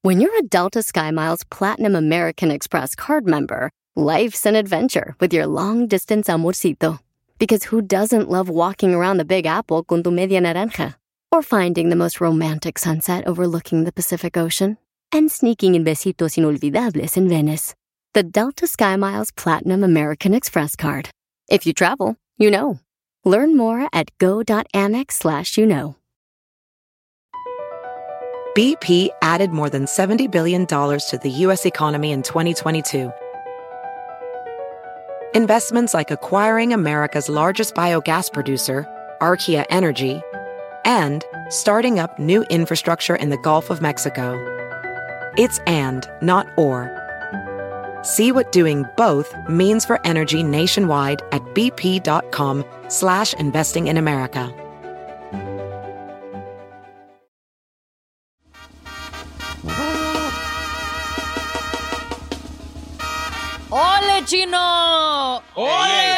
When you're a Delta SkyMiles Platinum American Express card member, life's an adventure with your long-distance amorcito. Because who doesn't love walking around the Big Apple con tu media naranja? Or finding the most romantic sunset overlooking the Pacific Ocean? And sneaking in besitos inolvidables in Venice. The Delta SkyMiles Platinum American Express card. If you travel, you know. Learn more at go.amex/you-know. BP added more than $70 billion to the U.S. economy in 2022. Investments like acquiring America's largest biogas producer, Archaea Energy, and starting up new infrastructure in the Gulf of Mexico. It's and, not or. See what doing both means for energy nationwide at bp.com/investing in America. ¡Ole, chino! ¡Ole!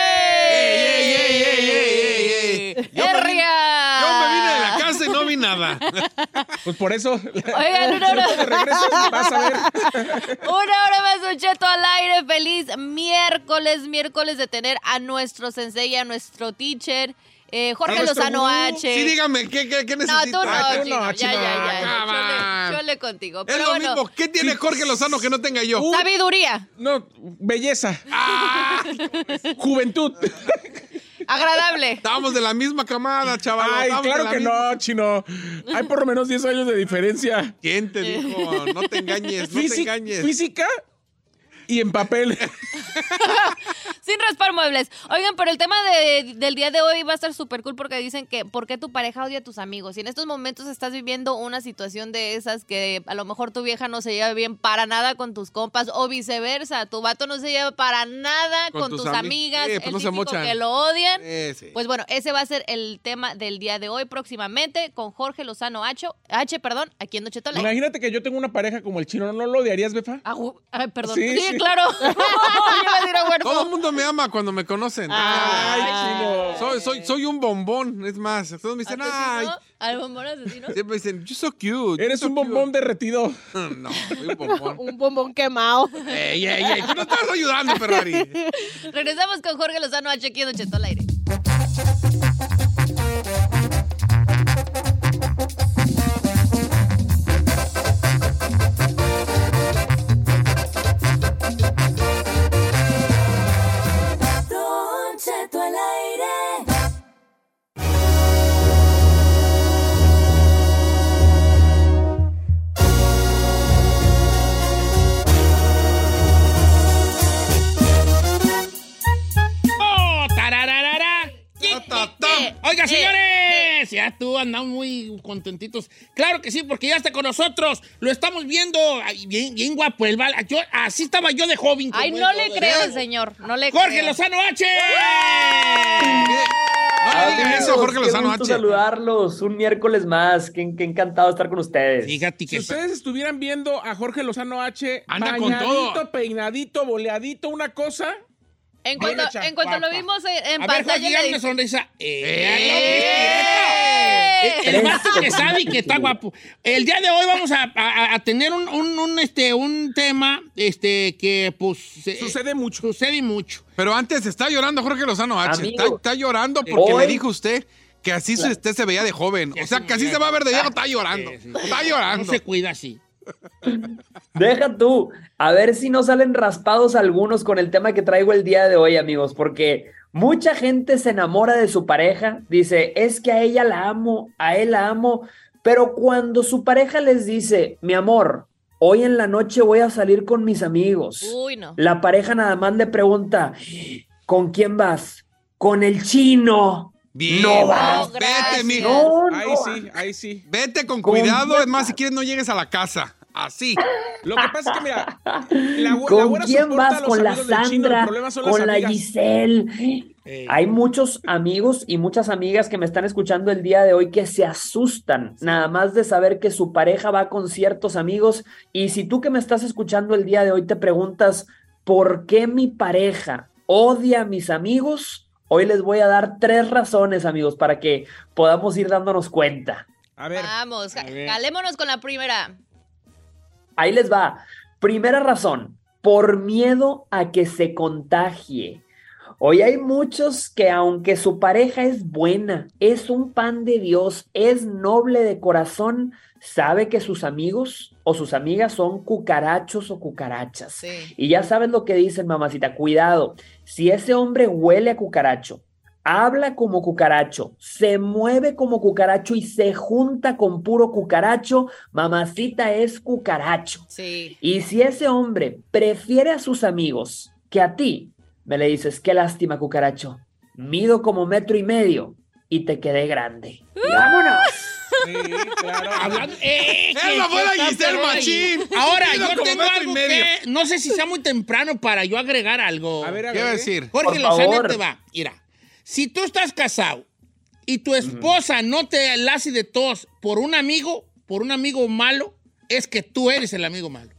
Yo me vine de la casa y no vi nada. Pues por eso. Oigan, una hora. De regreso, vas a ver. Una hora más, Don Cheto al aire. Feliz miércoles de tener a nuestro sensei, a nuestro teacher, Jorge Lozano H. Sí, dígame, ¿qué necesitas? No, tú no, chino. Chino. Ya. Yo le contigo. Es Pero lo bueno, mismo. ¿Qué tiene Jorge Lozano que no tenga yo? sabiduría. No, belleza. Juventud. Agradable. Estábamos de la misma camada, chaval. Ay, claro que no, chino. Hay por lo menos 10 años de diferencia. ¿Quién te dijo? No te engañes, no te engañes. Física y en papel. Sin raspar muebles. Oigan, pero el tema del día de hoy va a estar súper cool porque dicen que ¿por qué tu pareja odia a tus amigos? Y en estos momentos estás viviendo una situación de esas que a lo mejor tu vieja no se lleva bien para nada con tus compas o viceversa. Tu vato no se lleva para nada con tus amigas. pues el no se típico mochan. que lo odian. Sí. Pues bueno, ese va a ser el tema del día de hoy próximamente con Jorge Lozano H, aquí en Don Cheto al aire. Imagínate que yo tengo una pareja como el chino. ¿No lo odiarías, Befa? Ay, perdón. Sí, Sí, sí. claro. Yo iba a decir a huerto. Todo el mundo me ama cuando me conocen. Ay, chino. Soy un bombón, es más. Todos me dicen, ay. ¿Asesino? ¿Al bombón asesino? Siempre dicen, you're so cute. Eres un bombón derretido. No, soy un bombón. Un bombón quemado. Ey, tú no estás ayudando, Ferrari. Regresamos con Jorge Lozano H aquí en Don Cheto al aire. Don Cheto al aire. ¡Oh! ¡Tarararara! Oiga, señores, ya tú andamos muy contentitos. Claro que sí, porque ya está con nosotros. Lo estamos viendo. Ay, bien guapo el bal. Así estaba yo de joven. Ay, como no él, le todo, creo, ¿verdad? señor. No le Jorge creo. Lozano H. No le digas eso, Jorge Lozano Qué gusto H. saludarlos un miércoles más. Qué encantado estar con ustedes. Fíjate Si que ustedes estuvieran viendo a Jorge Lozano H, Anda con bañadito, todo. peinadito, boleadito, una cosa. En cuanto lo vimos en a ver, pantalla, Jorge, le dame una dije, sonrisa. ¡Eh! El vato que sabe que está guapo. El día de hoy vamos a tener un tema que pues Sucede mucho. Sucede mucho. Pero antes está llorando Jorge Lozano H. Amigo. Está llorando porque Hoy- le dijo usted que así usted se veía de joven. O sea, que así se va a ver de viejo. Está llorando. Sí. Está llorando. No se cuida así. Deja tú. A ver si no salen raspados algunos con el tema que traigo el día de hoy, amigos, porque mucha gente se enamora de su pareja, dice, es que a ella la amo, a él la amo, pero cuando su pareja les dice, mi amor, hoy en la noche voy a salir con mis amigos, Uy, no. la pareja nada más le pregunta, ¿con quién vas? Con el chino. Bien. No vas. Vete, gracias. mijo. No. Ahí sí. Vete con ¿Con cuidado. quién Es más, si quieres, no llegues a la casa. Así. Lo que pasa es que, mira, la ¿Con güera quién soporta a vas? los ¿Con la amigos del chino, el Sandra? problema son las ¿Con la amigas. Giselle? Hay muchos amigos y muchas amigas que me están escuchando el día de hoy que se asustan nada más de saber que su pareja va con ciertos amigos. Y si tú que me estás escuchando el día de hoy te preguntas, ¿por qué mi pareja odia a mis amigos? Hoy les voy a dar 3 razones, amigos, para que podamos ir dándonos cuenta. A ver. Vamos, a ver. calémonos con la primera. Ahí les va. Primera razón, por miedo a que se contagie. Hoy hay muchos que aunque su pareja es buena, es un pan de Dios, es noble de corazón, sabe que sus amigos o sus amigas son cucarachos o cucarachas. Sí. Y ya saben lo que dicen, mamacita, cuidado, si ese hombre huele a cucaracho, habla como cucaracho, se mueve como cucaracho y se junta con puro cucaracho, mamacita es cucaracho. Sí. Y si ese hombre prefiere a sus amigos que a ti, me le dices, qué lástima, cucaracho. Mido como 1.5 metros y te quedé grande. Y vámonos. Sí, claro. ¡Esa fue la Giselle Machín! Ahora, Mido yo como tengo 1.5 algo metros. que no sé si sea muy temprano para yo agregar algo. A ver, ¿Qué iba a decir? Jorge Por Lozano favor. te va. Mira, si tú estás casado y tu esposa no te la hace de tos por un amigo malo, es que tú eres el amigo malo.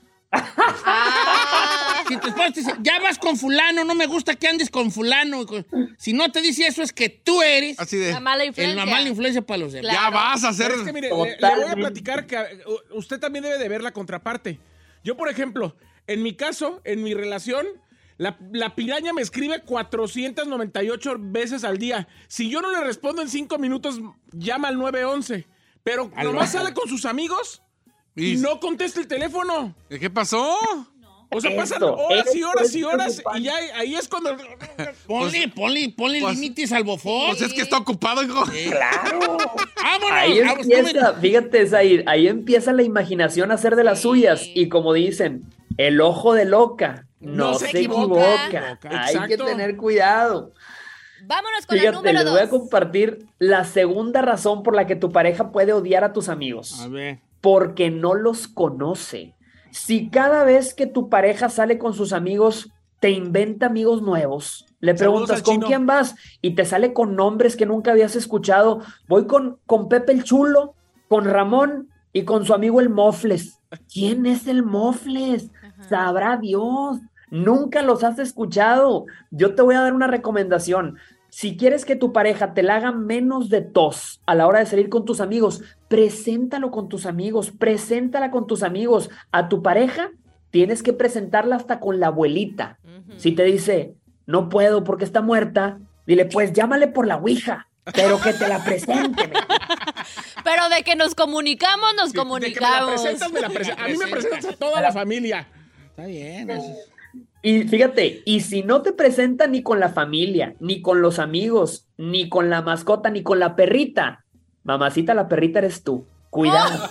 Si tu esposa te dice, ya vas con fulano, no me gusta que andes con fulano. Si no te dice eso, es que tú eres Así de, La mala influencia. la mala influencia para los demás. ya vas a hacer... Pero es que mire, le voy a Totalmente. platicar que usted también debe de ver la contraparte. Yo, por ejemplo, en mi caso, en mi relación, la piraña me escribe 498 veces al día. Si yo no le respondo en 5 minutos, llama al 911. Pero nomás sale con sus amigos y no contesta el teléfono. ¿Qué pasó? O sea, pasan Esto, horas y esto horas es y horas preocupante. y ya ahí es cuando... Ponle pues- límites al bofón. Pues es que está ocupado, hijo. Claro. Vámonos. Ahí vamos, empieza, fíjate, Zahir, ahí empieza la imaginación a hacer de las suyas. Y como dicen, el ojo de loca no se equivoca. Hay que Exacto. tener cuidado. Vámonos con la Fíjate, número les voy a 2. compartir la segunda razón por la que tu pareja puede odiar a tus amigos. A ver. Porque no los conoce. Si cada vez que tu pareja sale con sus amigos, te inventa amigos nuevos, le preguntas, al ¿con chino. quién vas? Y te sale con nombres que nunca habías escuchado. Voy con Pepe el Chulo, con Ramón y con su amigo el Mofles. ¿Quién es el Mofles? Sabrá Dios. Nunca los has escuchado. Yo te voy a dar una recomendación. Si quieres que tu pareja te la haga menos de tos a la hora de salir con tus amigos, preséntalo con tus amigos, preséntala con tus amigos. A tu pareja tienes que presentarla hasta con la abuelita. Si te dice, no puedo porque está muerta, dile, pues llámale por la ouija, pero que te la presente. Pero de que nos comunicamos, nos De que me la comunicamos. presentas, a mí me presentas a toda la familia. Está bien. Eso. Y fíjate, y si no te presenta ni con la familia, ni con los amigos, ni con la mascota, ni con la perrita, mamacita, la perrita eres tú. Cuidado.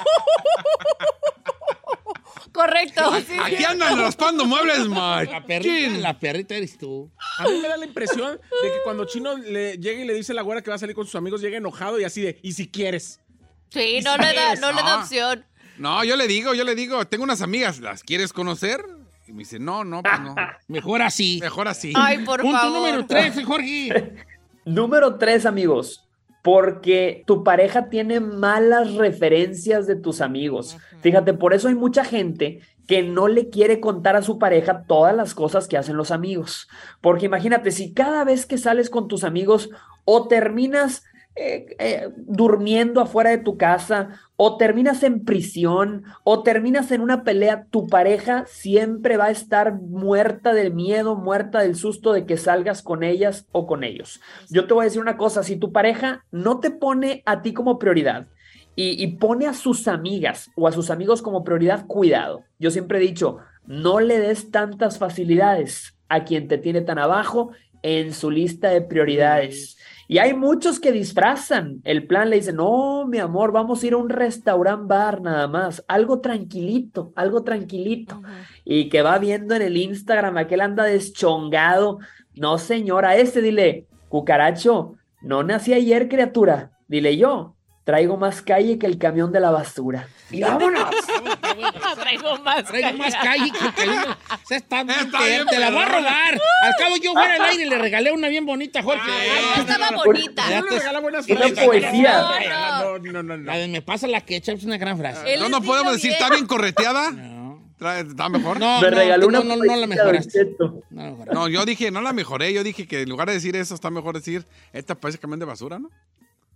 Correcto. sí, Aquí sí. andan raspando muebles, La perrita eres tú. A mí me da la impresión de que cuando Chino le llega y le dice a la güera que va a salir con sus amigos, llega enojado y así de, ¿y si quieres? Sí, no le da No. opción. No, yo le digo, tengo unas amigas, ¿las quieres conocer? Y me dice, no, pues no. Mejor así. Mejor así. Ay, por Punto favor. número 3, Jorge. Número 3, amigos, porque tu pareja tiene malas referencias de tus amigos. Fíjate, por eso hay mucha gente que no le quiere contar a su pareja todas las cosas que hacen los amigos. Porque imagínate, si cada vez que sales con tus amigos o terminas durmiendo afuera de tu casa, o terminas en prisión, o terminas en una pelea, tu pareja siempre va a estar muerta del miedo, muerta del susto de que salgas con ellas o con ellos. Yo te voy a decir una cosa, si tu pareja no te pone a ti como prioridad y pone a sus amigas o a sus amigos como prioridad, cuidado. Yo siempre he dicho, no le des tantas facilidades a quien te tiene tan abajo en su lista de prioridades. Y hay muchos que disfrazan el plan, le dicen, no, mi amor, vamos a ir a un restaurant bar nada más, algo tranquilito. Y que va viendo en el Instagram, aquel anda deschongado. No, señora, dile, cucaracho, no nací ayer, criatura. Dile yo, traigo más calle que el camión de la basura. Y vámonos. Traigo más calle que se está bien, bien, te la voy a perrona. robar. Al cabo yo fuera al aire y le regalé una bien bonita, Jorge. Estaba bonita. No le regala buenas Una frases. poesía. No. La de me pasa la ketchup es una gran frase. Él No, no les podemos dijo decir, bien. ¿está bien correteada? No. ¿Está mejor? No, Me regaló una no la poesía, mejoraste. Don Cheto. No la mejoraste. No, yo dije, no la mejoré. Yo dije que en lugar de decir eso, está mejor decir, esta parece camión de basura, ¿no?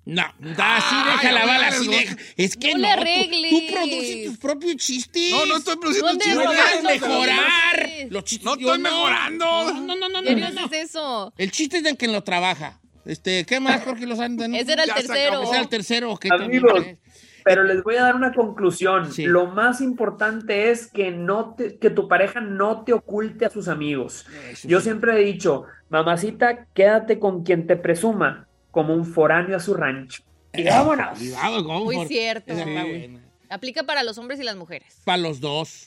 No, así deja la bala, así deja. Es que No le arregles. tú produces tus propios chistes. No estoy produciendo ¿Dónde chistes. lo Puedes haces? mejorar los chistes. No yo estoy mejorando. No. ¿Qué es eso? El chiste es de quien lo trabaja. ¿Qué más, Jorge Lozano? Ese era el Ya se tercero. acabó. Ese era el tercero. ¿Qué Amigos, también? pero les voy a dar una conclusión. Sí. Lo más importante es que que tu pareja no te oculte a sus amigos. Eso Yo sí. siempre he dicho, mamacita, quédate con quien te presuma, como un foráneo a su rancho. Y vámonos. Cuidado, ¿cómo? Muy Jorge? cierto. Esa está buena. Aplica para los hombres y las mujeres. Para los dos.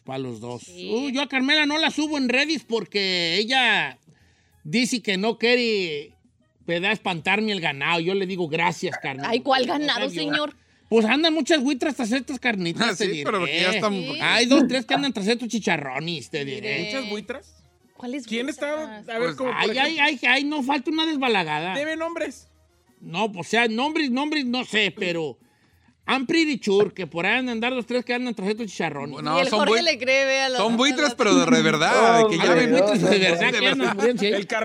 Sí. Yo a Carmela no la subo en Reddit porque ella dice que no quiere espantarme el ganado. Yo le digo gracias, Carmela. Ay, ¿cuál O sea, ganado, yo- señor? Pues andan muchas güitras tras estas carnitas, Ah, te sí, diré. pero porque ya están... Sí. Hay 2, 3 que andan tras estos chicharrones, te diré. ¿Muchas buitras? ¿Cuál es? ¿Quién está? A ver, Pues, como por Ay, ejemplo, no falta una desbalagada. debe nombres. No, pues o sea, nombres no sé, pero I'm pretty sure que por ahí andan 2, 3 que andan tras estos chicharrones. No, y el son Jorge bui- le cree, ve, a los... Son buitres, pero de verdad. No, que Ah, ya de ven. buitres de verdad De que andan muriendo, sí. El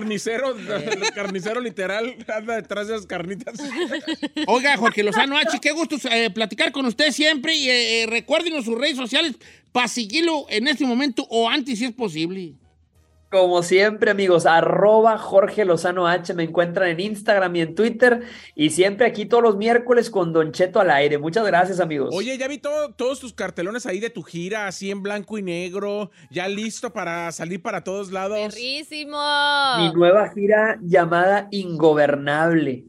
carnicero literal anda detrás de esas carnitas. Oiga, Jorge Lozano H, qué gusto platicar con usted siempre y recuérdenos sus redes sociales para seguirlo en este momento o antes si es posible. Como siempre, amigos, @Jorge Lozano H, me encuentran en Instagram y en Twitter, y siempre aquí todos los miércoles con Don Cheto al aire. Muchas gracias, amigos. Oye, ya vi todos tus cartelones ahí de tu gira, así en blanco y negro, ya listo para salir para todos lados. ¡Perrísimo! Mi nueva gira llamada Ingobernable.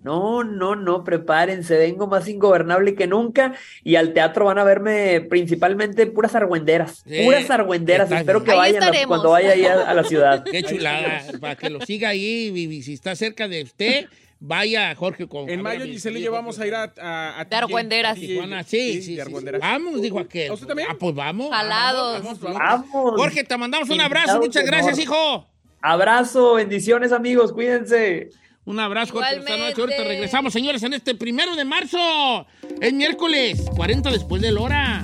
No, prepárense, vengo más ingobernable que nunca, y al teatro van a verme principalmente puras argüenderas. Sí, Puras argüenderas. está Espero bien. que Ahí vayan estaremos. cuando vaya ahí a la ciudad. Qué chulada, para que lo siga ahí y si está cerca de usted, vaya Jorge con... En mayo, Giselle Giselle y yo vamos a ir a De argüenderas. Tijuana, sí. de argüenderas. Vamos, dijo aquel. ¿A usted también? Ah, pues vamos. Jalados. Vamos. Jorge, te mandamos un abrazo, Invitados muchas de gracias, honor. hijo. Abrazo, bendiciones, amigos, cuídense. Un abrazo, Jorge Lozano H. Igualmente. Ahorita regresamos, señores, en este 1 de marzo. Es miércoles, 40 después de la hora.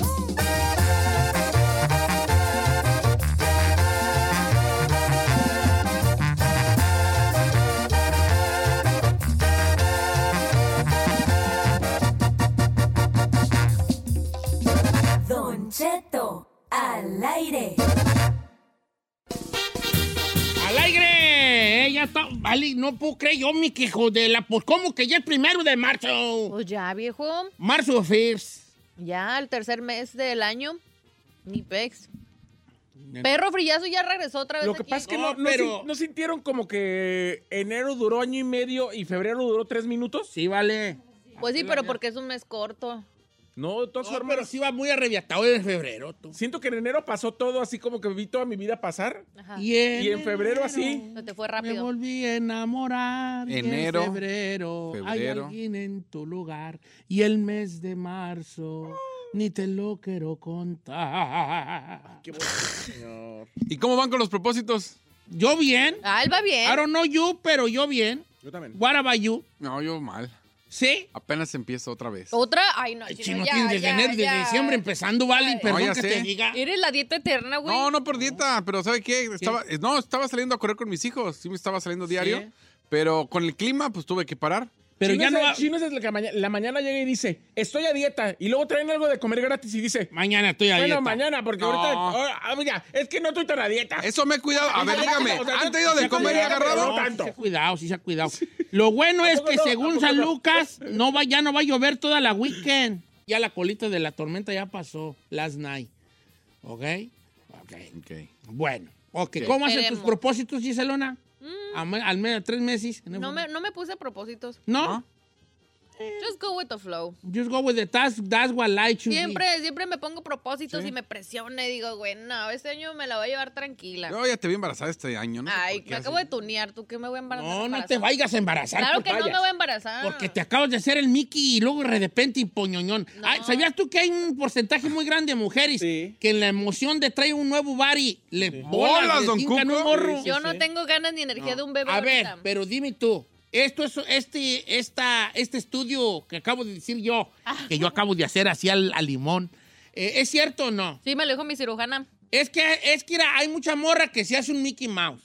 Don Cheto al aire. ¡Al aire! Ya está. Vale, no puedo creer yo, mi quejo de la... Pues, ¿cómo que ya es 1 de marzo? Pues ya, viejo. Marzo first. Ya, el tercer mes del año. Ni pex. Perro frillazo ya regresó otra vez Lo que aquí. pasa es que No, no pero- no sintieron como que enero duró año y medio y febrero duró 3 minutos. Sí, vale. Pues sí, pero porque es un mes corto. No, de todas No, formas, pero sí va muy arrebiatado en febrero, tú. siento que en enero pasó todo así como que vi toda mi vida pasar. Ajá. Y en febrero así. Se te fue Me rápido. volví a enamorar. y Enero, en febrero. Hay febrero. alguien en tu lugar. Y el mes de marzo. Ni te lo quiero contar. Qué bonito, señor. ¿Y cómo van con los propósitos? Yo bien. Ah, él va bien. I don't know you, pero yo bien. Yo también. What about you? No, yo mal. ¿Sí? Apenas empiezo otra vez. ¿Otra? Ay, no, Chino, ya, tienes desde ya, enero, ya. desde diciembre empezando, vale. Perdón ya que sé. te diga. Eres la dieta eterna, güey. No por dieta, pero ¿sabe qué? Estaba saliendo a correr con mis hijos. Sí me estaba saliendo diario. Sí. Pero con el clima, pues tuve que parar. Pero Chino ya es no el- va... Chino es el que la mañana llega y dice, estoy a dieta. Y luego traen algo de comer gratis y dice, Mañana estoy ahí. bueno, mañana, porque No. ahorita... mira, es que no estoy tan a dieta. Eso me he cuidado. A ver, dígame, O sea, ¿han tenido de sí, comer y sí, agarrado? no tanto. Sí se ha cuidado, sí se ha cuidado. Lo bueno es poco que no? ¿A según poco San no? Lucas, ya no va a llover toda la weekend. Ya la colita de la tormenta ya pasó last night. ¿Ok? Ok. Bueno. Ok. Ok. ¿Cómo hacen tus Esperemos. propósitos, Giselona? Al menos 3 meses. No me puse propósitos. ¿No? Just go with the flow. Just go with the task. That's what life should be. Siempre me pongo propósitos y me presiono y digo, güey, no, este año me la voy a llevar tranquila. Yo ya te vi embarazada este año, ¿no? sé Ay, por qué me así. acabo de tunear. ¿Tú qué me voy a embarazar? No te vayas a embarazar. Claro porque que no me voy a embarazar. Porque te acabas de hacer el Mickey y luego de repente y poñoñón. No. Ay, ¿sabías tú que hay un porcentaje muy grande de mujeres Sí. que en la emoción de traer un nuevo body le ¡Bolas, don hincan un Cuco! morro? Yo no tengo ganas ni energía de un bebé A ver, ahorita. pero dime tú, este estudio que acabo de decir yo, que yo acabo de hacer así al limón, ¿es cierto o no? Sí, me lo dijo mi cirujana. Es que hay mucha morra que se hace un Mickey Mouse.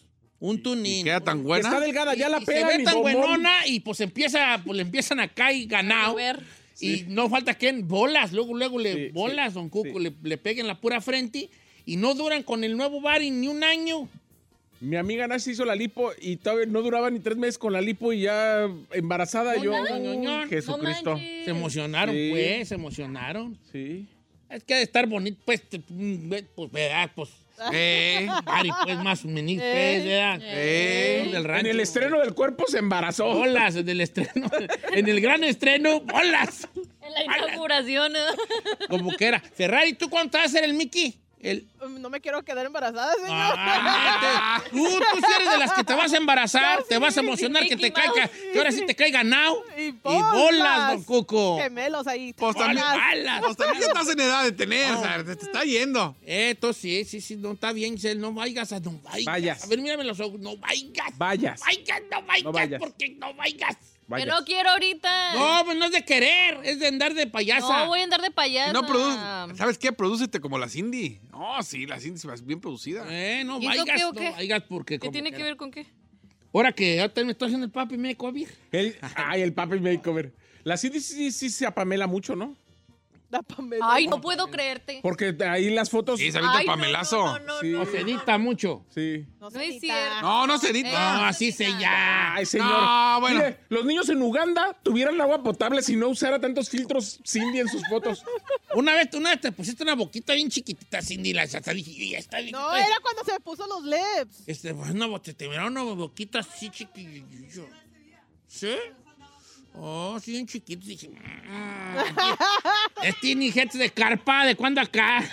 Un tuning. ¿Y queda tan buena? Está delgada, ya la y pegan se ve y tan bombón. buenona y pues le empiezan a caer ganado. Y no falta que en bolas, luego le bolas, don Cuco, le peguen la pura frente y no duran con el nuevo body ni un año. Mi amiga Nancy hizo la lipo y todavía no duraba ni 3 meses con la lipo y ya embarazada. Jesucristo. Se emocionaron, Sí. pues, se emocionaron. Sí. Es que ha de estar bonito, pues, ¿verdad? Pues, Bari, pues, más o menos, pues, ¿verdad? Del En rancho. el estreno del cuerpo se embarazó. Bolas, en el estreno, en el gran estreno, bolas. En la inauguración. Como que era. Ferrari, ¿tú cuánto vas a hacer el Mickey? No me quiero quedar embarazada, señor. Tú sí eres de las que te vas a embarazar, No, te vas a sí, emocionar que Mickey te caiga, que ahora sí te caiga ganado. Y bolas, don Cuco. Gemelos ahí. Pues también, Bolas. pues también ya estás en edad de tener, o sea, te está yendo. Esto sí, no está bien, Giselle, no vayas. Vayas. A ver, mírame los ojos, no vayas. Vayas. No No vayas. porque no vayas. Que no quiero ahorita. No, pues no es de querer, es de andar de payasa. No, voy a andar de payasa. No produce, ¿sabes qué? Prodúcete como la Cindy. No, sí, la Cindy se va bien producida. No ¿Y eso vayas, qué o qué? no vayas porque... ¿Qué tiene que ver con qué? Ahora que ahorita me estoy haciendo el papi makeover. El papi makeover. La Cindy sí se apamela mucho, ¿no? Ay, no puedo creerte. Porque ahí las fotos... Sí, se avienta el Ay, no, pamelazo. Sí. No se edita mucho. Sí. No es cierto. No se edita. No, así se ya. Ay, señor. No, bueno. Mire, los niños en Uganda tuvieran agua potable si no usara tantos filtros Cindy en sus fotos. Una vez te pusiste una boquita bien chiquitita, Cindy, la hasta dije, y ya está bien. No, era cuando se puso los lips. Te miraba una boquita así chiquitilla. ¿Sí? Oh, sí, bien chiquito. Dije, tiene jetes de carpa, ¿de cuándo acá?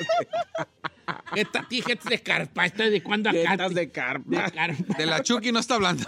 Esta tiene jetes de carpa, esta de cuándo acá. Jetas de carpa. De la Chucky no está hablando.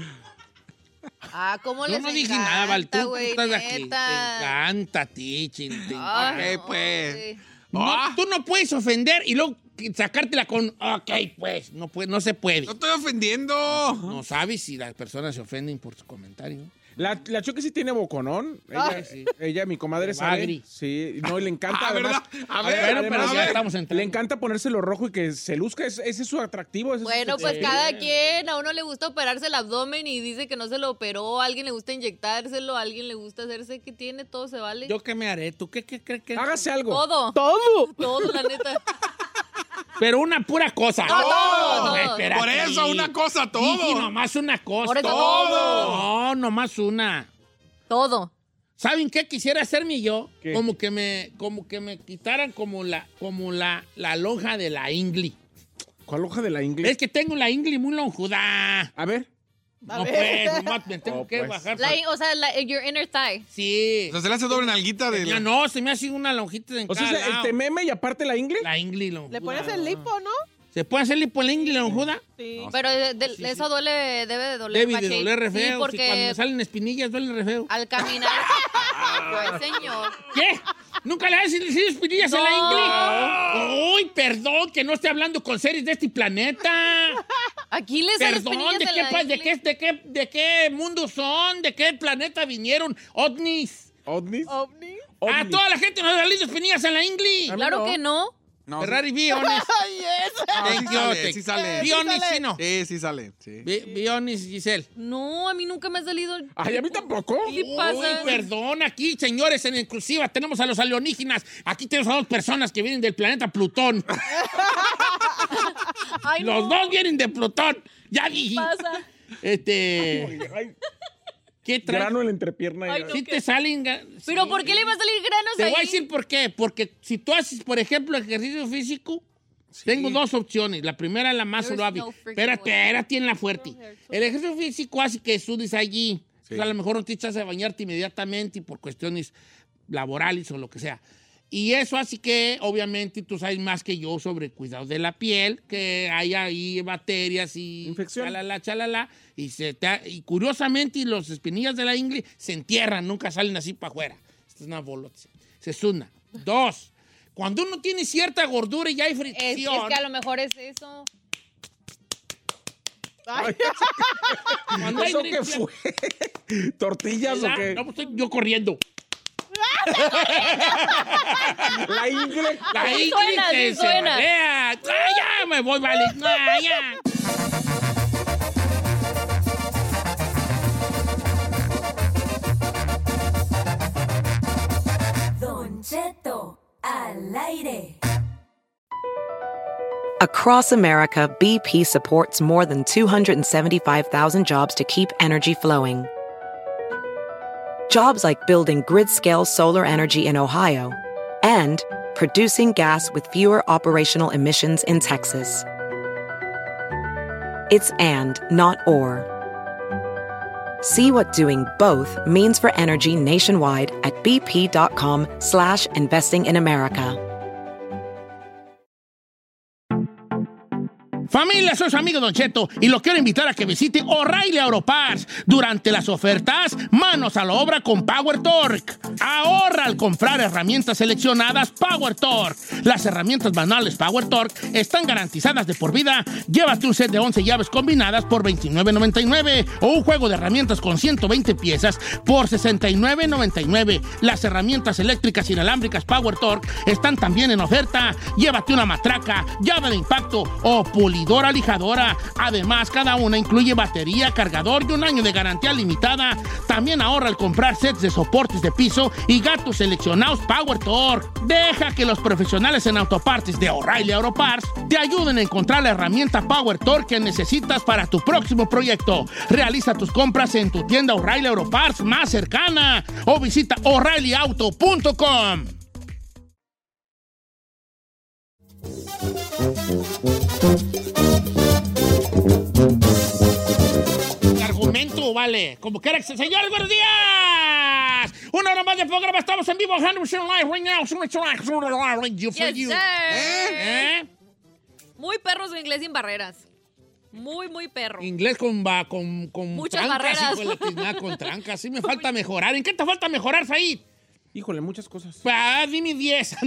¿Cómo Yo les no dije encanta, nada, Val, tú güey, estás aquí. Te neta? encanta a ti, chin. Ay, pues. No, tú no puedes ofender y luego sacártela con, ok, pues, no se puede. No estoy ofendiendo. No sabes si las personas se ofenden por tu comentario. La Choque sí tiene boconón. Sí. Ella, mi comadre, sabe. Bagri. Sí, no, y le encanta. Ah, además, ¿verdad? A ver, Bueno, además, pero ya ver. estamos entrando. le encanta ponérselo rojo y que se luzca. Ese es su atractivo. ese es Bueno, su- pues cada quien, a uno le gusta operarse el abdomen y dice que no se lo operó, a alguien le gusta inyectárselo, a alguien le gusta hacerse que tiene, todo se vale. ¿Yo qué me haré? ¿Tú qué crees que...? Hágase algo. Todo, la neta. Pero una pura cosa. No, todo. Espérate. Por eso, una cosa, todo. Dije nomás una cosa. Por eso todo. No, nomás una. Todo. ¿Saben qué quisiera hacerme yo? ¿Qué? Como que me quitaran como la lonja de la ingli. ¿Cuál hoja de la inglés? Es que tengo la ingli muy lonjuda. A ver. No pues, nomás me tengo que pues. bajar. O sea, your inner thigh. Sí. O sea, se le hace doble nalguita de Ya no, se me hace una lonjita en O cada sea, lado. meme y aparte la inglés. La ingli lonjuda. Le pones el lipo, ¿no? ¿Se puede hacerle por la ingli lonjuda? Sí. Pero eso duele, debe de doler. Debe de Pache. doler re Sí, feo. Sí, cuando porque me salen espinillas duele re feo. al caminar. Pues, señor. ¿Qué? ¿Nunca le has sido espinillas a la ingli? Uy, perdón, que no esté hablando con seres de este planeta. Aquí les salen Perdón, espinillas en la ¿de qué mundo son? ¿De qué planeta vinieron? ¿Ovnis? ¿Ovnis? ¿Ovni? A toda la gente nos ha salido espinillas en la ingli. Claro que no. No, Ferrari, Bionis. Ay, eso. sí sale. Bionis, sale. sí, no. Sí sale. Sí. Bionis, Giselle. No, a mí nunca me ha salido. Ay, a mí tampoco. ¿Qué le pasa? Uy, perdón, aquí, señores, en exclusiva tenemos a los alienígenas. Aquí tenemos a dos personas que vienen del planeta Plutón. Ay, no. Los dos vienen de Plutón. Ya dije. Pasa. Ay, ¿Qué traes? grano en la entrepierna. Ay, no. Sí te salen... ¿Pero sí. por qué le va a salir granos Te ahí? voy a decir por qué. Porque si tú haces, por ejemplo, ejercicio físico, tengo dos opciones. La primera es la más There's suave. no freaking Espérate en la fuerte. El ejercicio físico hace que sudes allí. Sí. O sea, a lo mejor no te echas a bañarte inmediatamente por cuestiones laborales o lo que sea. Y eso así que, obviamente, tú sabes más que yo sobre cuidado de la piel, que hay ahí bacterias y... Infección. Chalala. Y curiosamente, los espinillas de la ingle se entierran, nunca salen así para afuera. Esta es una bolota. Esa es una. Dos, cuando uno tiene cierta gordura y ya hay Es fricción... que a lo mejor es eso. Ay, cuando hay ¿Eso qué fricción- fue? ¿Tortillas o ¿verdad? qué? No, pues estoy yo corriendo. La inglés. La Así ingle suena, así se suena. marea. ¡Ah, ya me voy, vale! ¡Ah, ya! Across America, BP supports more than 275,000 jobs to keep energy flowing. Jobs like building grid-scale solar energy in Ohio and producing gas with fewer operational emissions in Texas. It's and, not or. See what doing both means for energy nationwide at bp.com/investing in America. Familia, soy su amigo Don Cheto y lo quiero invitar a que visite O'Reilly Auto Parts durante las ofertas Manos a la Obra con Power Torque. Ahorra al comprar herramientas seleccionadas Power Torque. Las herramientas manuales Power Torque están garantizadas de por vida. Llévate un set de 11 llaves combinadas por $29.99 o un juego de herramientas con 120 piezas por $69.99. Las herramientas eléctricas inalámbricas Power Torque están también en oferta. Llévate una matraca, llave de impacto o pulidora lijadora. Además, cada una incluye batería, cargador y un año de garantía limitada. También ahorra al comprar sets de soportes de piso y gatos seleccionados Power Torque. Deja que los profesionales en autopartes de O'Reilly Auto Parts te ayuden a encontrar la herramienta Power Torque que necesitas para tu próximo proyecto. Realiza tus compras en tu tienda O'Reilly Auto Parts más cercana o visita O'ReillyAuto.com. Argumento, vale. Como quiera que se... Señores, buenos días. Una hora más de programa. Estamos en vivo. 100% live right now. Yes, sir. Muy perro su inglés sin barreras. Muy, muy perro. Inglés con muchas trancas, barreras. hijo de la tiznada, con trancas. Sí me falta mejorar. ¿En qué te falta mejorar, Said? Híjole, muchas cosas. Dime 10. 6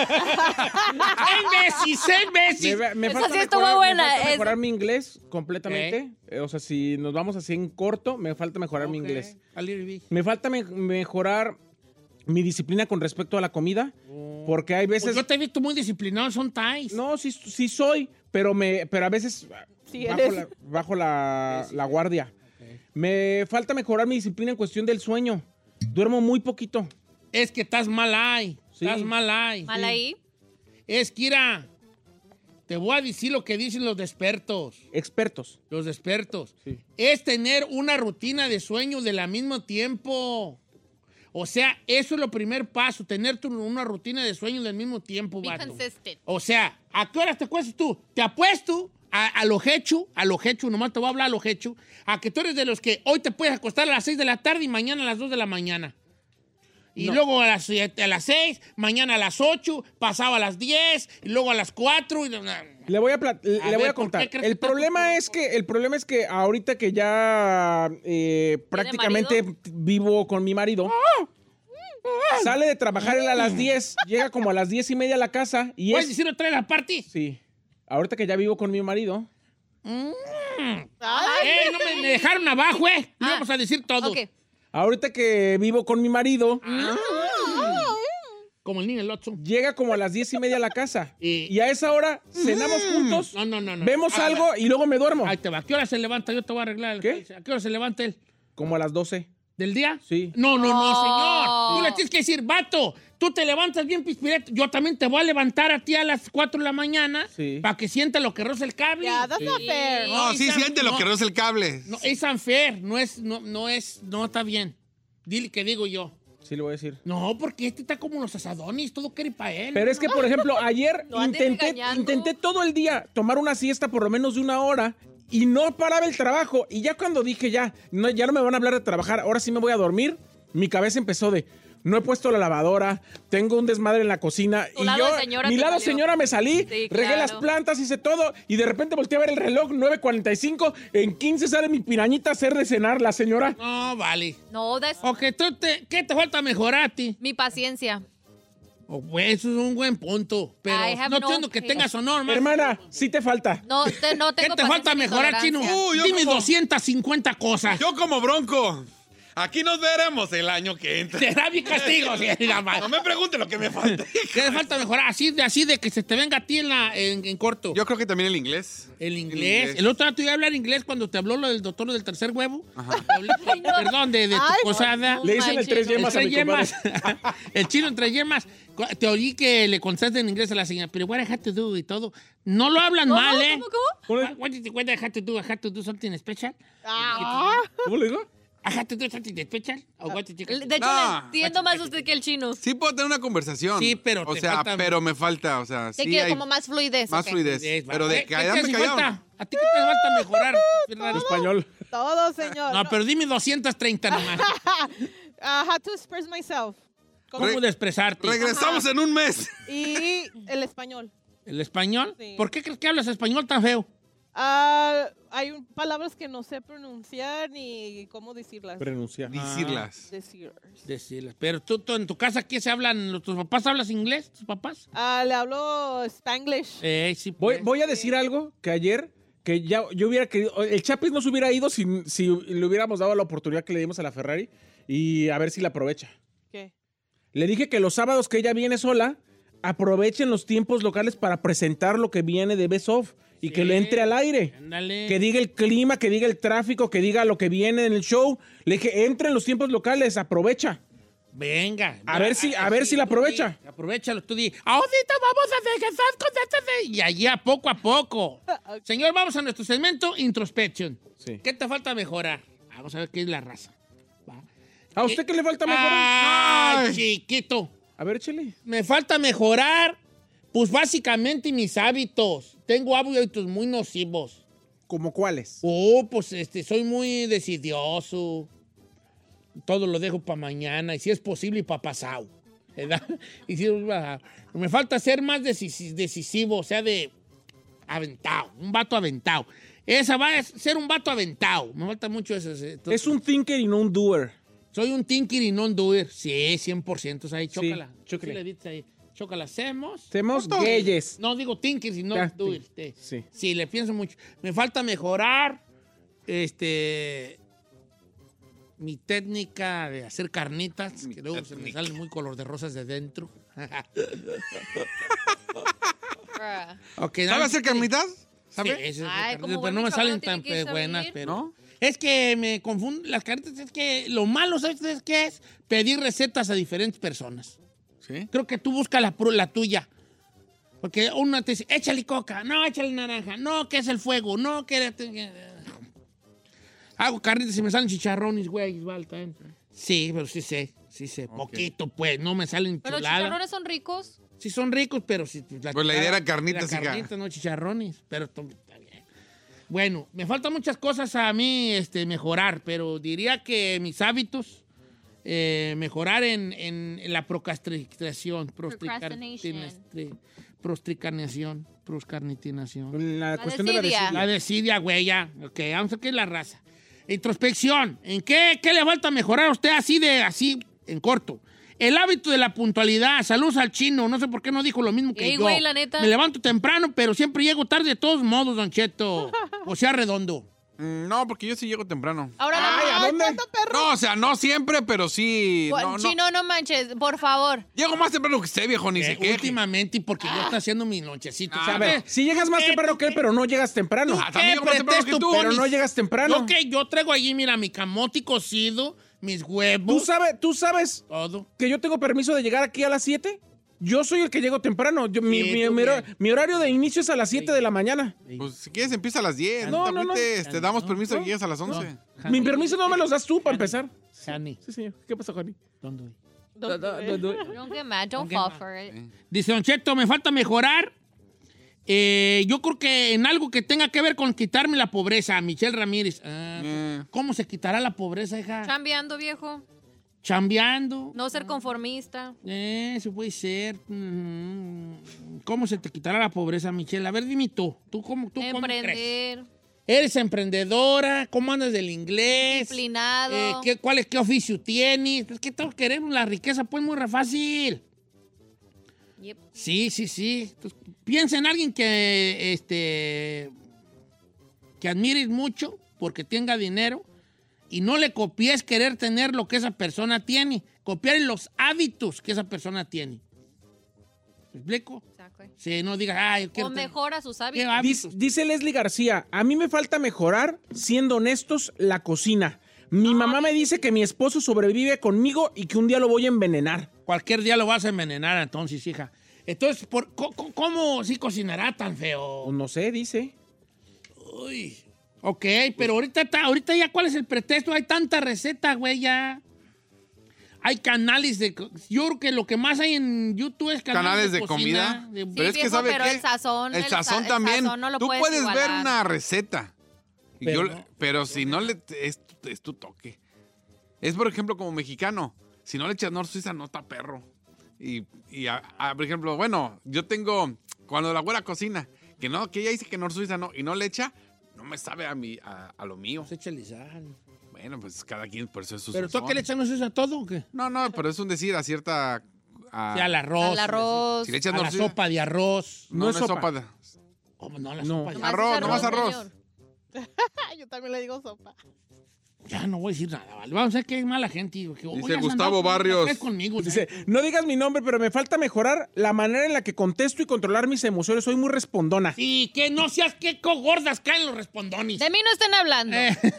meses. Me Esa falta sí estuvo buena. Me falta mejorar mi inglés completamente. O sea, si nos vamos así en corto, me falta mejorar mi inglés. Me falta mejorar mi disciplina con respecto a la comida. Porque hay veces... Pues yo te he visto muy disciplinado, son ties. No, sí soy, pero a veces Sí, bajo la guardia. Me falta mejorar mi disciplina en cuestión del sueño. Duermo muy poquito. Es que estás mal ahí. Sí. Estás mal ahí. Mal ahí. Es que, Kira, te voy a decir lo que dicen los expertos. Expertos. Los expertos. Sí. Es tener una rutina de sueño del mismo tiempo. O sea, eso es lo primer paso, tener una rutina de sueño del mismo tiempo, Be vato. consistent. O sea, ¿a qué horas te acuestas tú? Te apuesto a lo hecho, nomás te voy a hablar a lo hecho, a que tú eres de los que hoy te puedes acostar a las 6 de la tarde y mañana a las 2 de la mañana. Y luego a las 6, mañana a las 8, pasaba a las 10, y luego a las 4. Le voy a contar. El problema es que ahorita que ya prácticamente vivo con mi marido, sale de trabajar él a las 10, llega como a las 10:30 a la casa y ¿Puedes decir otra vez la party? Sí. Ahorita que ya vivo con mi marido. No me dejaron abajo, No vamos a decir todo. Ok. Ahorita que vivo con mi marido, Como el niño el otro. llega como a las 10:30 a la casa. Y a esa hora cenamos juntos, No. vemos algo y luego me duermo. Ahí te va. ¿A qué hora se levanta? Yo te voy a arreglar. ¿Qué? ¿A qué hora se levanta él? Como a las 12. ¿Del día? Sí. No, señor. Tú le tienes que decir, vato, tú te levantas bien pispireto. Yo también te voy a levantar a ti a las 4 de la mañana para que sienta lo que roza el cable. Yeah, that's not fair. No, sí siente lo que roza el cable. No, es unfair. No está bien. Dile que digo yo. Sí, le voy a decir. No, porque este está como los asadones, todo quiere para él. Pero es que, por ejemplo, ayer No andes regañando. intenté todo el día tomar una siesta por lo menos de 1 hora y no paraba el trabajo. Y ya cuando dije ya no me van a hablar de trabajar, ahora sí me voy a dormir, mi cabeza empezó de, no he puesto la lavadora, tengo un desmadre en la cocina. Tu y lado yo, de señora mi te lado valió. señora me salí, Sí, regué claro. las plantas, hice todo y de repente volteé a ver el reloj, 9:45, en 15 sale mi pirañita a hacer de cenar la señora. No, vale. No, that's Ok, ¿qué te falta mejorar a ti? mi paciencia. Oh, pues, eso es un buen punto. Pero I have no no entiendo que patience. tengas honor, man. Hermana, sí te falta. No ¿Qué tengo te falta paciencia ni mejorar, Chino? tolerancia. Yo Dime como- 250 cosas. Yo como Bronco. Aquí nos veremos el año que entra. Será mi castigo, sí, nada más. No me pregunte lo que me falta. ¿Qué le falta mejorar? Así de que se te venga a ti en corto. Yo creo que también el inglés. El inglés. El otro día te iba a hablar inglés cuando te habló lo del doctor del tercer huevo. Ajá. Perdón, de tu cosada. Le dicen el tres yemas a mi compadre. El chino en tres yemas. Te oí que le contestaste en inglés a la señora, pero what I had to do y todo. No lo hablan mal, ¿eh? ¿Cómo? What I had to do? I had to do something special. ¿Cómo le digo? I had to do something special. De hecho, le entiendo más a usted que el chino. Sí puedo tener una conversación. Sí, pero o te sea, falta- pero me falta, o sea, Te sí quiero hay como más fluidez. más ok. fluidez. Pero de ¿Qué quedarme te callado. falta? ¿A ti qué te falta mejorar, Fernando? Español. Todo, señor. No, pero dime 230 nomás. How to express myself. ¿Cómo de expresarte? Regresamos en un mes. Y el español. ¿El español? Sí. ¿Por qué crees que hablas español tan feo? Hay palabras que no sé pronunciar ni cómo decirlas. Pronuncia. Decirlas. Decirlas. Pero tú en tu casa, ¿qué se hablan? ¿Tus papás hablas inglés? ¿Tus papás? Le hablo Spanglish. Sí, Voy, pues. voy a decir algo que ayer, que ya yo hubiera querido. El Chapis no se hubiera ido si le hubiéramos dado la oportunidad que le dimos a la Ferrari y a ver si la aprovecha. ¿Qué? Le dije que los sábados que ella viene sola, aprovechen los tiempos locales para presentar lo que viene de Best Of y que le entre al aire. Ándale. Que diga el clima, que diga el tráfico, que diga lo que viene en el show. Le dije, entre en los tiempos locales, aprovecha. Venga. A ver si la aprovecha. Aprovechalo, tú di. Ahorita vamos a regresar con este. Y allí a poco. Señor, vamos a nuestro segmento Introspection. Sí. ¿Qué te falta mejorar? Vamos a ver qué es la raza. ¿Va? ¿A usted qué le falta mejorar? ¡Ay, chiquito! A ver, Chile. Me falta mejorar, pues básicamente mis hábitos. Tengo hábitos muy nocivos. ¿Cómo cuáles? Pues soy muy decidioso. Todo lo dejo para mañana y si es posible para pasado. ¿Verdad? Y si, me falta ser más decisivo, o sea, de aventado, un vato aventado. Esa va a ser un vato aventado. Me falta mucho eso. Es un thinker y no un doer. Soy un thinker y no un doer. Sí, 100%. Ahí, chócala. chócale. Sí, le dices ahí. Chócala. Hacemos. Hacemos gayes. No digo thinker y no Ya, doer. sí. Sí, le pienso mucho. Me falta mejorar mi técnica de hacer carnitas, que luego se me salen muy color de rosas de dentro. Okay, ¿Sabe hacer carnitas? Sí, ¿Sabe? eso es Ay, como pero no buen me salen cabrón tan tiene que buenas. saber. Pero ¿No? es que me confunden las carnitas. Es que lo malo, ¿sabes qué es? Pedir recetas a diferentes personas. Sí. Creo que tú buscas la tuya. Porque una te dice, échale coca, no, échale naranja, no, que es el fuego, no, que... Hago carnitas y me salen chicharrones, güey, Sí, pero sí sé. Okay. Poquito, pues, no me salen Pero los chuladas. chicharrones son ricos. Sí son ricos, pero... Sí, Pues la idea era carnitas, hija. carnitas, no chicharrones, pero está bien. Bueno, me faltan muchas cosas a mí mejorar, pero diría que mis hábitos... mejorar en la procrastinación. Proscarnitinación. La La cuestión de la desidia. desidia. La desidia, güey, ya. Ok, vamos a ver qué es la raza. Introspección. ¿En qué le falta mejorar a usted así en corto? El hábito de la puntualidad. Saludos al chino. No sé por qué no dijo lo mismo que Ey, yo. güey, la neta. Me levanto temprano, pero siempre llego tarde de todos modos, Don Cheto. O sea, redondo. No, porque yo sí llego temprano. Ahora Ay, ¿a dónde? No, o sea, no siempre, pero sí. No. Chino, no manches, por favor. Llego más temprano que usted, viejo, ni se queje. Últimamente, porque yo estoy haciendo mi lonchecito. A ver, si llegas más temprano que él, pero no llegas temprano. También llego más temprano que tú. Pero no llegas temprano. Yo traigo allí, mira, mi camote cocido, mis huevos. ¿Tú sabes Todo. que yo tengo permiso de llegar aquí a las 7? Yo soy el que llego temprano. Mi tú bien. horario de inicio es a las 7 de la mañana. Pues si quieres empieza a las 10. No, No, no, te damos permiso de que llegues a las 11. Mi permiso no me los das tú para empezar. Honey, Sí, señor. ¿Qué pasó, Juani? ¿dónde voy? Don't get mad, don't fall for it. Dice Don Cheto, me falta mejorar. Yo creo que en algo que tenga que ver con quitarme la pobreza. Michelle Ramírez. ¿Cómo se quitará la pobreza, hija? Chambeando, viejo. Chambeando. No ser conformista. Eso puede ser. ¿Cómo se te quitará la pobreza, Michelle? A ver, dime tú. ¿Tú cómo crees? Emprender. ¿Eres emprendedora? ¿Cómo andas del inglés? Disciplinado. ¿Qué oficio tienes? Pues que todos queremos la riqueza, pues muy fácil. Yep. Sí. Entonces, piensa en alguien que admires mucho porque tenga dinero Y no le copies querer tener lo que esa persona tiene. Copiar los hábitos que esa persona tiene. ¿Me explico? Exacto. Sí, no digas, ay, O mejora sus hábitos. ¿Qué hábitos? Dice Leslie García, a mí me falta mejorar, siendo honestos, la cocina. Mi mamá me dice que mi esposo sobrevive conmigo y que un día lo voy a envenenar. Cualquier día lo vas a envenenar, entonces, hija. Entonces, ¿cómo sí cocinará tan feo? Pues no sé, dice. Uy. Ok, pero ahorita ya, ¿cuál es el pretexto? Hay tanta receta, güey, ya. Hay canales de... Yo creo que lo que más hay en YouTube es canales de comida. Sí, Pero es que, viejo, ¿sabe pero qué? el sazón también. el sazón no lo Tú puedes ver igualar. una receta. Pero Pero si no le... Es tu toque. Es, por ejemplo, como mexicano. Si no le echas Nor Suiza, no está perro. Por ejemplo, bueno, yo tengo... Cuando la abuela cocina, que ella dice que Nor Suiza no, y no le echa, no me sabe a lo mío. pues échale sal. Bueno, pues cada quien, por eso es su ¿Pero tú sazón. a qué le echas eso a todo o qué? No, pero es un decir a cierta... Sí, al arroz. Al arroz. Si le echas A Nor la Suiza... sopa de arroz. No es sopa. ¿Cómo no? La No. sopa de Nomás arroz. es Nomás arroz. señor. Yo también le digo sopa. Ya no voy a decir nada, ¿vale? Vamos a ver que es mala gente. Dice Gustavo Barrios. Conmigo, Dice, no digas mi nombre, pero me falta mejorar la manera en la que contesto y controlar mis emociones. Soy muy respondona. Sí, que no seas que gordas caen los respondones. De mí no estén hablando.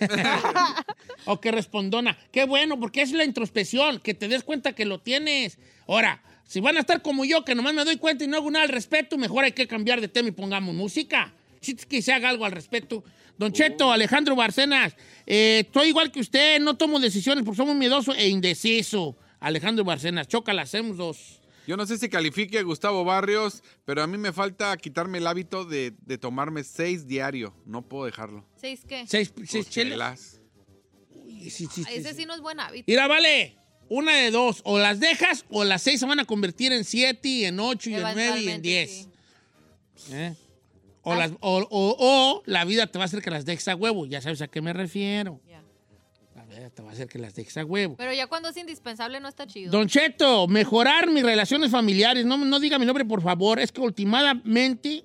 O que respondona. Qué bueno, porque es la introspección, que te des cuenta que lo tienes. Ahora, si van a estar como yo, que nomás me doy cuenta y no hago nada al respecto, mejor hay que cambiar de tema y pongamos música. Si es que se haga algo al respecto. Don Cheto, Alejandro Barcenas, estoy igual que usted, no tomo decisiones porque soy muy miedoso e indeciso. Alejandro Barcenas, chócala, hacemos dos. Yo no sé si califique a Gustavo Barrios, pero a mí me falta quitarme el hábito de tomarme 6 diario. No puedo dejarlo. ¿Seis qué? Seis Por chelas. chelas. Uy, sí. Ese sí no es buen hábito. Mira, vale, una de dos. O las dejas o las 6 se van a convertir en 7 y en 8 y en 9 y en Eventualmente, 10. sí. O la vida te va a hacer que las dejes a huevo. Ya sabes a qué me refiero. Ya. La vida te va a hacer que las dejes a huevo. Pero ya cuando es indispensable no está chido. Don Cheto, mejorar mis relaciones familiares. No diga mi nombre, por favor. Es que últimamente,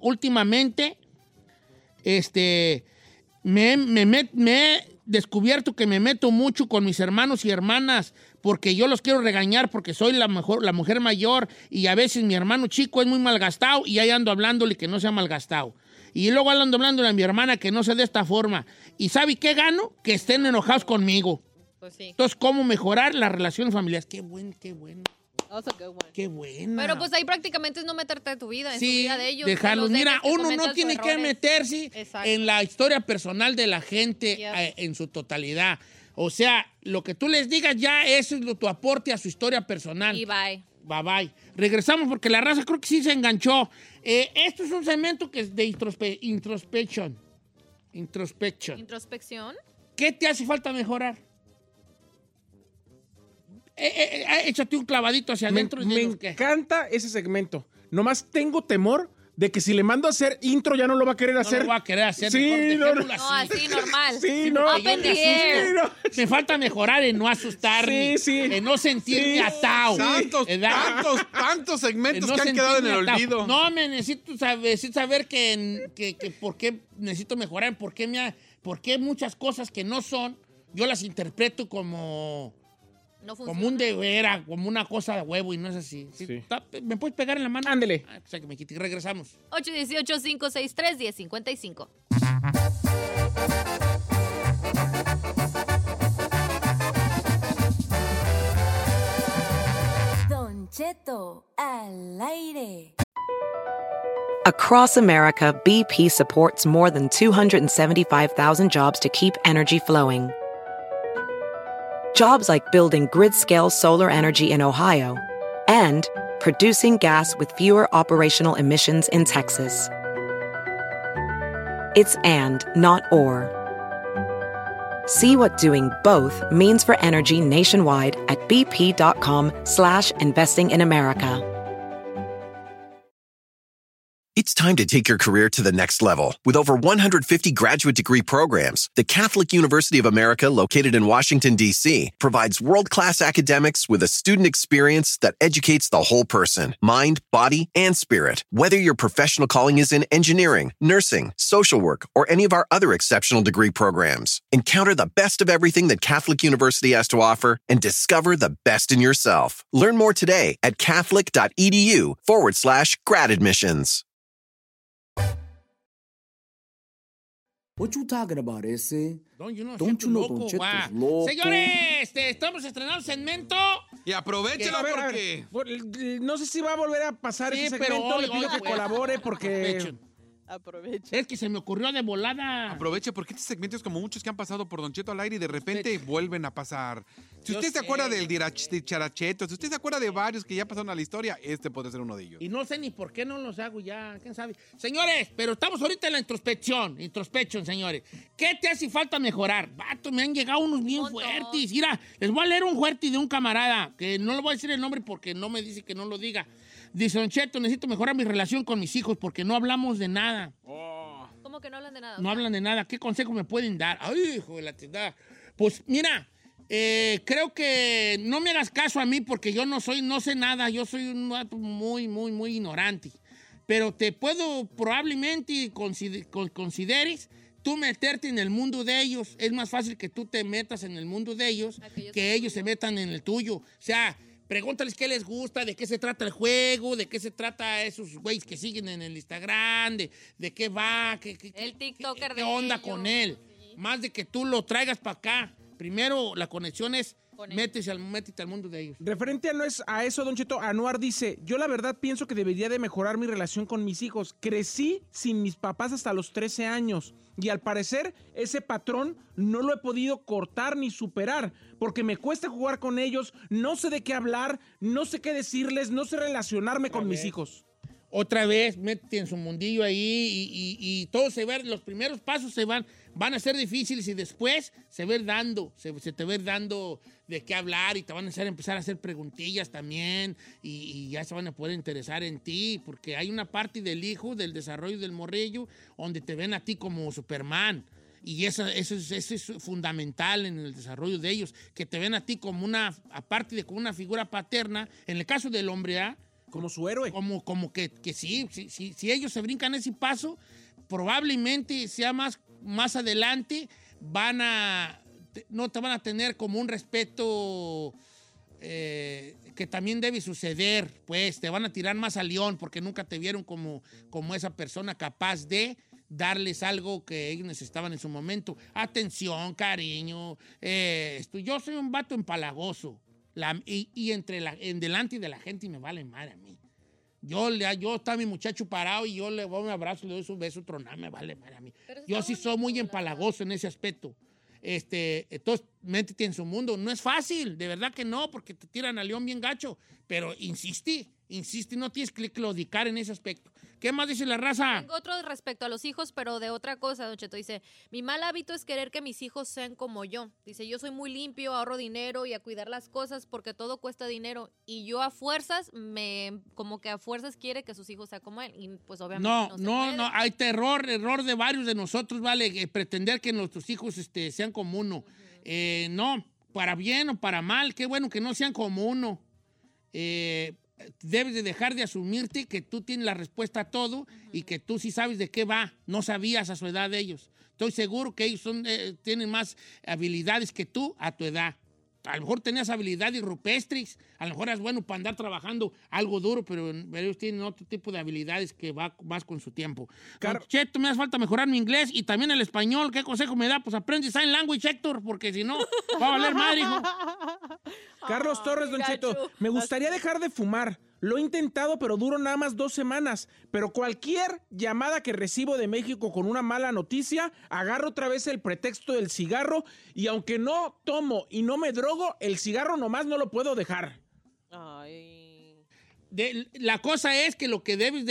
me he descubierto que me meto mucho con mis hermanos y hermanas porque yo los quiero regañar porque soy la mujer mayor y a veces mi hermano chico es muy malgastado y ahí ando hablándole que no sea malgastado. Y luego ando hablándole a mi hermana que no sea de esta forma. ¿Y sabe qué gano? Que estén enojados conmigo. Pues sí. Entonces, ¿cómo mejorar las relaciones familiares? Qué bueno. Also, qué bueno. Qué buena. Pero pues ahí prácticamente es no meterte en tu vida, en su Sí, vida de ellos. dejarlos. que los Mira, dejes que uno no cometan tiene sus que errores. meterse Exacto. en la historia personal de la gente Yep. en su totalidad. O sea, lo que tú les digas ya eso es tu aporte a su historia personal. Y bye. Bye bye. Regresamos porque la raza creo que sí se enganchó. Esto es un segmento que es de introspección. Introspección. ¿Qué te hace falta mejorar? Échate un clavadito hacia adentro. y Me dinos qué. encanta ese segmento. Nomás tengo temor de que si le mando a hacer intro ya no lo va a querer No hacer. lo voy a querer hacer. Sí, mejor no, dejémoslo No, así normal. Sí, no. Up in the air. Sí, no. Me falta mejorar en no asustarme, Sí. en no sentirme Sí. atado. Tantos segmentos En no que han quedado en el sentirme atado. olvido. No, necesito saber que por qué necesito mejorar, por qué muchas cosas que no son, yo las interpreto como un deber, como una cosa de huevo y no es así. ¿Sí? Sí. ¿Me puedes pegar en la mano? Ándele. O sea, que me quite. Regresamos. 818-563-1055. Don Cheto al aire. Across America, BP supports more than 275,000 jobs to keep energy flowing. Jobs like building grid-scale solar energy in Ohio and producing gas with fewer operational emissions in Texas. It's and, not or. See what doing both means for energy nationwide at bp.com/investing in America. It's time to take your career to the next level. With over 150 graduate degree programs, the Catholic University of America, located in Washington, D.C., provides world-class academics with a student experience that educates the whole person, mind, body, and spirit. Whether your professional calling is in engineering, nursing, social work, or any of our other exceptional degree programs, encounter the best of everything that Catholic University has to offer and discover the best in yourself. Learn more today at catholic.edu/grad admissions. What you talking about, ese? Don't you know, Don loco, Cheto va. es loco. Señores, estamos estrenando segmento. Y aprovechelo A ver, porque... no sé si va a volver a pasar Sí, ese pero segmento. hoy, Le pido que pues. colabore porque... Aprovecha. Es que se me ocurrió de volada. Aproveche porque este segmento es como muchos que han pasado por Don Cheto al aire y de repente vuelven a pasar. Si Yo usted se sé. acuerda del Characheto, si usted se acuerda de varios que ya pasaron a la historia, este puede ser uno de ellos. Y no sé ni por qué no los hago ya, quién sabe. Señores, pero estamos ahorita en la introspección, señores. ¿Qué te hace falta mejorar? Vato, me han llegado unos bien fuertes. Mira, les voy a leer un fuerte de un camarada, que no le voy a decir el nombre porque no me dice que no lo diga. Dice, Don Cheto, necesito mejorar mi relación con mis hijos porque no hablamos de nada. ¿Cómo que no hablan de nada? No hablan de nada. ¿Qué consejo me pueden dar? Ay, hijo de la tienda. Pues mira, creo que no me hagas caso a mí porque yo no sé nada. Yo soy un vato muy, muy, muy ignorante. Pero te puedo probablemente consideres tú meterte en el mundo de ellos. Es más fácil que tú te metas en el mundo de ellos que ellos se metan en el tuyo. O sea, pregúntales qué les gusta, de qué se trata el juego, de qué se trata esos güeyes que siguen en el Instagram, de qué va, el TikToker qué onda ellos, con él. Sí. Más de que tú lo traigas para acá. Primero, la conexión es métete al mundo de ellos. Referente a eso, Don Cheto, Anuar dice, yo la verdad pienso que debería de mejorar mi relación con mis hijos. Crecí sin mis papás hasta los 13 años y al parecer ese patrón no lo he podido cortar ni superar porque me cuesta jugar con ellos, no sé de qué hablar, no sé qué decirles, no sé relacionarme con mis hijos. Otra vez, métete en su mundillo ahí y todo se ve, los primeros pasos van a ser difíciles y después se te va dando de qué hablar y te van a empezar a hacer preguntillas también y ya se van a poder interesar en ti porque hay una parte del hijo, del desarrollo del morrillo, donde te ven a ti como Superman. Y eso es fundamental en el desarrollo de ellos, que te ven a ti como aparte de como una figura paterna, en el caso del hombre, como su héroe. Como que sí, si ellos se brincan ese paso, probablemente sea más adelante, no te van a tener como un respeto que también debe suceder, pues te van a tirar más al león porque nunca te vieron como esa persona capaz de darles algo que ellos necesitaban en su momento. Atención, cariño. Yo soy un vato empalagoso. En delante de la gente y me vale madre a mí. Yo está mi muchacho parado y yo le doy un abrazo, le doy un beso, tronar, me vale madre a mí. Yo sí soy muy empalagoso en ese aspecto. Entonces, métete en su mundo. No es fácil, de verdad que no, porque te tiran al león bien gacho. Pero insiste, no tienes que claudicar en ese aspecto. ¿Qué más dice la raza? Tengo otro respecto a los hijos, pero de otra cosa, Don Cheto. Dice, mi mal hábito es querer que mis hijos sean como yo. Dice, yo soy muy limpio, ahorro dinero y a cuidar las cosas porque todo cuesta dinero. Y yo a fuerzas, como que a fuerzas quiere que sus hijos sean como él. Y pues obviamente no. Hay error de varios de nosotros, ¿vale? Pretender que nuestros hijos sean como uno. No, para bien o para mal, qué bueno que no sean como uno. Debes de dejar de asumirte que tú tienes la respuesta a todo y que tú sí sabes de qué va. No sabías a su edad de ellos. Estoy seguro que ellos tienen más habilidades que tú a tu edad. A lo mejor tenías habilidades rupestres, a lo mejor eras bueno para andar trabajando algo duro, pero ellos tienen otro tipo de habilidades que va más con su tiempo. Cheto, me hace falta mejorar mi inglés y también el español. ¿Qué consejo me da? Pues aprende sign language, Héctor, porque si no, va a valer madre, hijo. Carlos Torres, Don Cheto, me gustaría dejar de fumar. Lo he intentado, pero duro nada más 2 semanas. Pero cualquier llamada que recibo de México con una mala noticia, agarro otra vez el pretexto del cigarro y aunque no tomo y no me drogo, el cigarro nomás no lo puedo dejar. Ay. La cosa es que lo que debes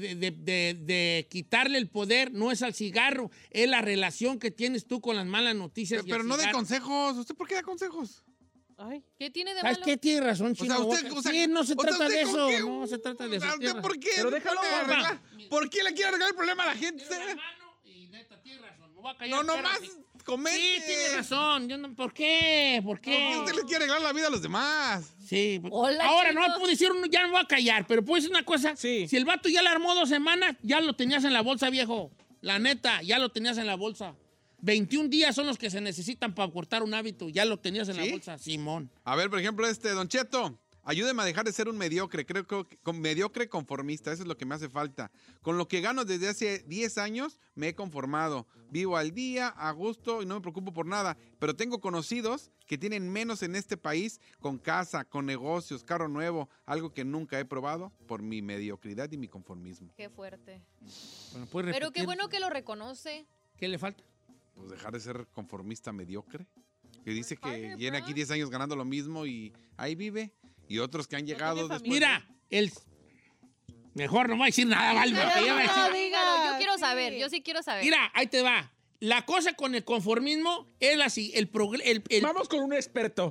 de quitarle el poder no es al cigarro, es la relación que tienes tú con las malas noticias. Pero no de consejos. ¿Usted por qué da consejos? Ay. ¿Qué tiene de ¿Sabes malo? qué? Tiene razón, Chino. Sí, no se trata de eso. qué? No se trata de eso. ¿Por qué? Pero déjalo arreglar. ¿Por qué le quiere arreglar el problema a la gente? Y neta, tiene razón. Me voy a callar. No, nomás comente. Sí, tiene razón. Yo no, ¿por qué? ¿Por qué? Usted le quiere arreglar la vida a los demás. Sí. Hola, ahora chicos. no puedo decir uno, ya me voy a callar, pero puedo decir una cosa. Sí. Si el vato ya la armó 2 semanas, ya lo tenías en la bolsa, viejo. La neta, ya lo tenías en la bolsa. 21 días son los que se necesitan para cortar un hábito. Ya lo tenías en la bolsa, Simón. A ver, por ejemplo, Don Cheto. Ayúdeme a dejar de ser un mediocre, creo que mediocre conformista, eso es lo que me hace falta. Con lo que gano desde hace 10 años me he conformado. Vivo al día, a gusto y no me preocupo por nada. Pero tengo conocidos que tienen menos en este país, con casa, con negocios, carro nuevo, algo que nunca he probado por mi mediocridad y mi conformismo. Qué fuerte. Bueno, ¿puedes Pero qué repetir? bueno que lo reconoce. ¿Qué le falta? Pues dejar de ser conformista mediocre. Que dice que viene aquí 10 años ganando lo mismo y ahí vive. Y otros que han llegado después. Mira, mejor no voy a decir nada, ¿vale? Porque ya va a decir- No, dígalo, yo quiero saber, yo sí quiero saber. Mira, ahí te va. La cosa con el conformismo es así. Vamos con un experto.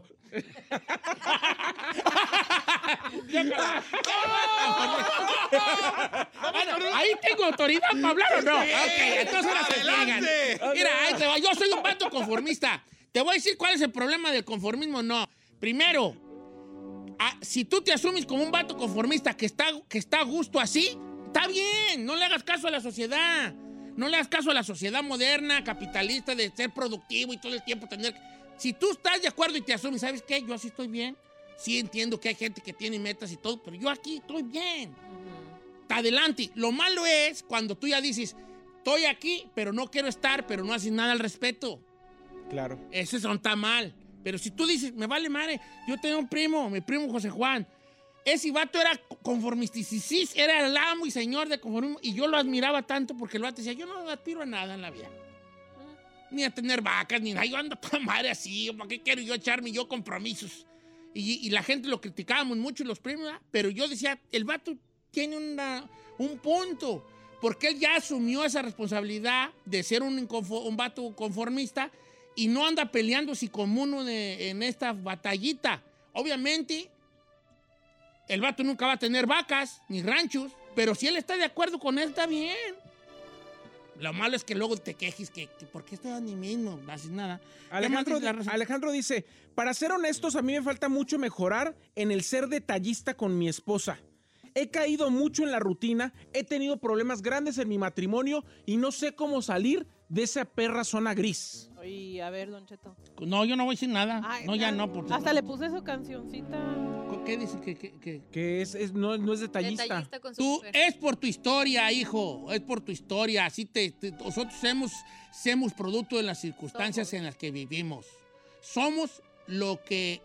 Bueno, ahí tengo autoridad para hablar o no. Sí, Ok, entonces ahora se adelante. llegan. Mira, ahí te va. Yo soy un vato conformista. Te voy a decir cuál es el problema del conformismo. No. Primero, si tú te asumes como un vato conformista que está a gusto así, está bien. No le hagas caso a la sociedad. No le hagas caso a la sociedad moderna, capitalista, de ser productivo y todo el tiempo tener... Si tú estás de acuerdo y te asumes, ¿sabes qué? Yo así estoy bien. Sí entiendo que hay gente que tiene metas y todo, pero yo aquí estoy bien. Adelante. Lo malo es cuando tú ya dices, estoy aquí, pero no quiero estar, pero no haces nada al respecto. Claro. Eso está mal. Pero si tú dices, me vale madre, yo tengo un primo, mi primo José Juan. Ese vato era conformista, era el amo y señor de conformismo. Y yo lo admiraba tanto porque el vato decía, yo no aspiro a nada en la vida. Ni a tener vacas, ni nada. Yo ando para madre así. ¿Para qué quiero yo echarme yo compromisos? Y la gente lo criticábamos mucho, los premios, ¿verdad? Pero yo decía, el vato tiene un punto. Porque él ya asumió esa responsabilidad de ser un vato conformista y no anda peleándose como uno en esta batallita. Obviamente, el vato nunca va a tener vacas ni ranchos, pero si él está de acuerdo con él, está bien. Lo malo es que luego te quejes que ¿por qué estoy a mí mismo? No haces nada. Alejandro dice, para ser honestos, a mí me falta mucho mejorar en el ser detallista con mi esposa. He caído mucho en la rutina, he tenido problemas grandes en mi matrimonio y no sé cómo salir de esa perra zona gris. Oye, a ver, Don Cheto. No, yo no voy a decir nada. Ay, no, ya no. Porque hasta le puse su cancioncita. ¿Qué dice? Que no es detallista. Detallista con su Tú, mujer. es por tu historia, hijo. Es por tu historia. Así nosotros somos producto de las circunstancias en las que vivimos. Somos lo que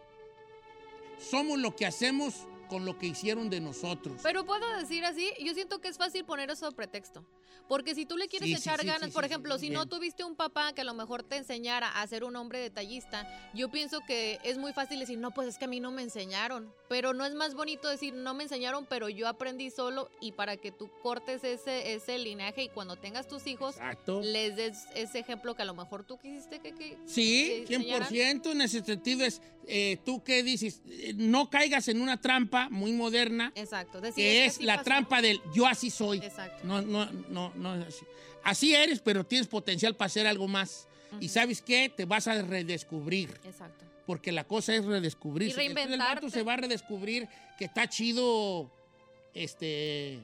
hacemos con lo que hicieron de nosotros. Pero puedo decir así, yo siento que es fácil poner eso de pretexto. Porque si tú le quieres echar ganas, por ejemplo, si no tuviste un papá que a lo mejor te enseñara a ser un hombre detallista, yo pienso que es muy fácil decir, no, pues es que a mí no me enseñaron. Pero no es más bonito decir, no me enseñaron, pero yo aprendí solo, y para que tú cortes ese linaje y cuando tengas tus hijos, Exacto. les des ese ejemplo que a lo mejor tú quisiste que Sí, 100% en ese sentido es, tú qué dices, no caigas en una trampa muy moderna. Exacto. Que es la trampa del yo así soy. Exacto. No es así. Así eres, pero tienes potencial para hacer algo más. Y ¿sabes qué? Te vas a redescubrir. Exacto. Porque la cosa es redescubrirse. Y reinventarte. El vato se va a redescubrir que está chido, que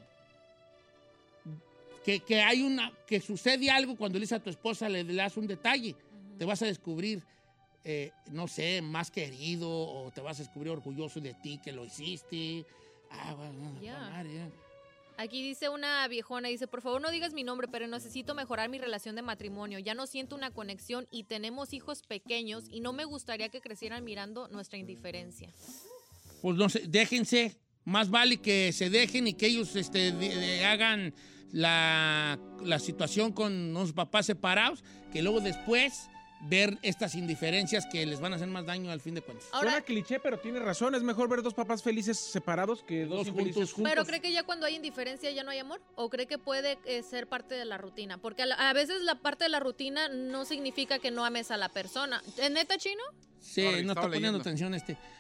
hay que sucede algo cuando le dices a tu esposa, le das un detalle. Te vas a descubrir, no sé, más querido, o te vas a descubrir orgulloso de ti que lo hiciste. Madre. Aquí dice una viejona, dice, por favor no digas mi nombre, pero necesito mejorar mi relación de matrimonio. Ya no siento una conexión y tenemos hijos pequeños y no me gustaría que crecieran mirando nuestra indiferencia. Pues no sé, déjense. Más vale que se dejen y que ellos hagan la situación con unos papás separados, que luego después ver estas indiferencias que les van a hacer más daño al fin de cuentas. Suena cliché, pero tiene razón. Es mejor ver dos papás felices separados que dos infelices juntos. ¿Pero cree que ya cuando hay indiferencia ya no hay amor? ¿O cree que puede ser parte de la rutina? Porque a veces la parte de la rutina no significa que no ames a la persona. ¿Es neta, Chino? Sí, no está poniendo atención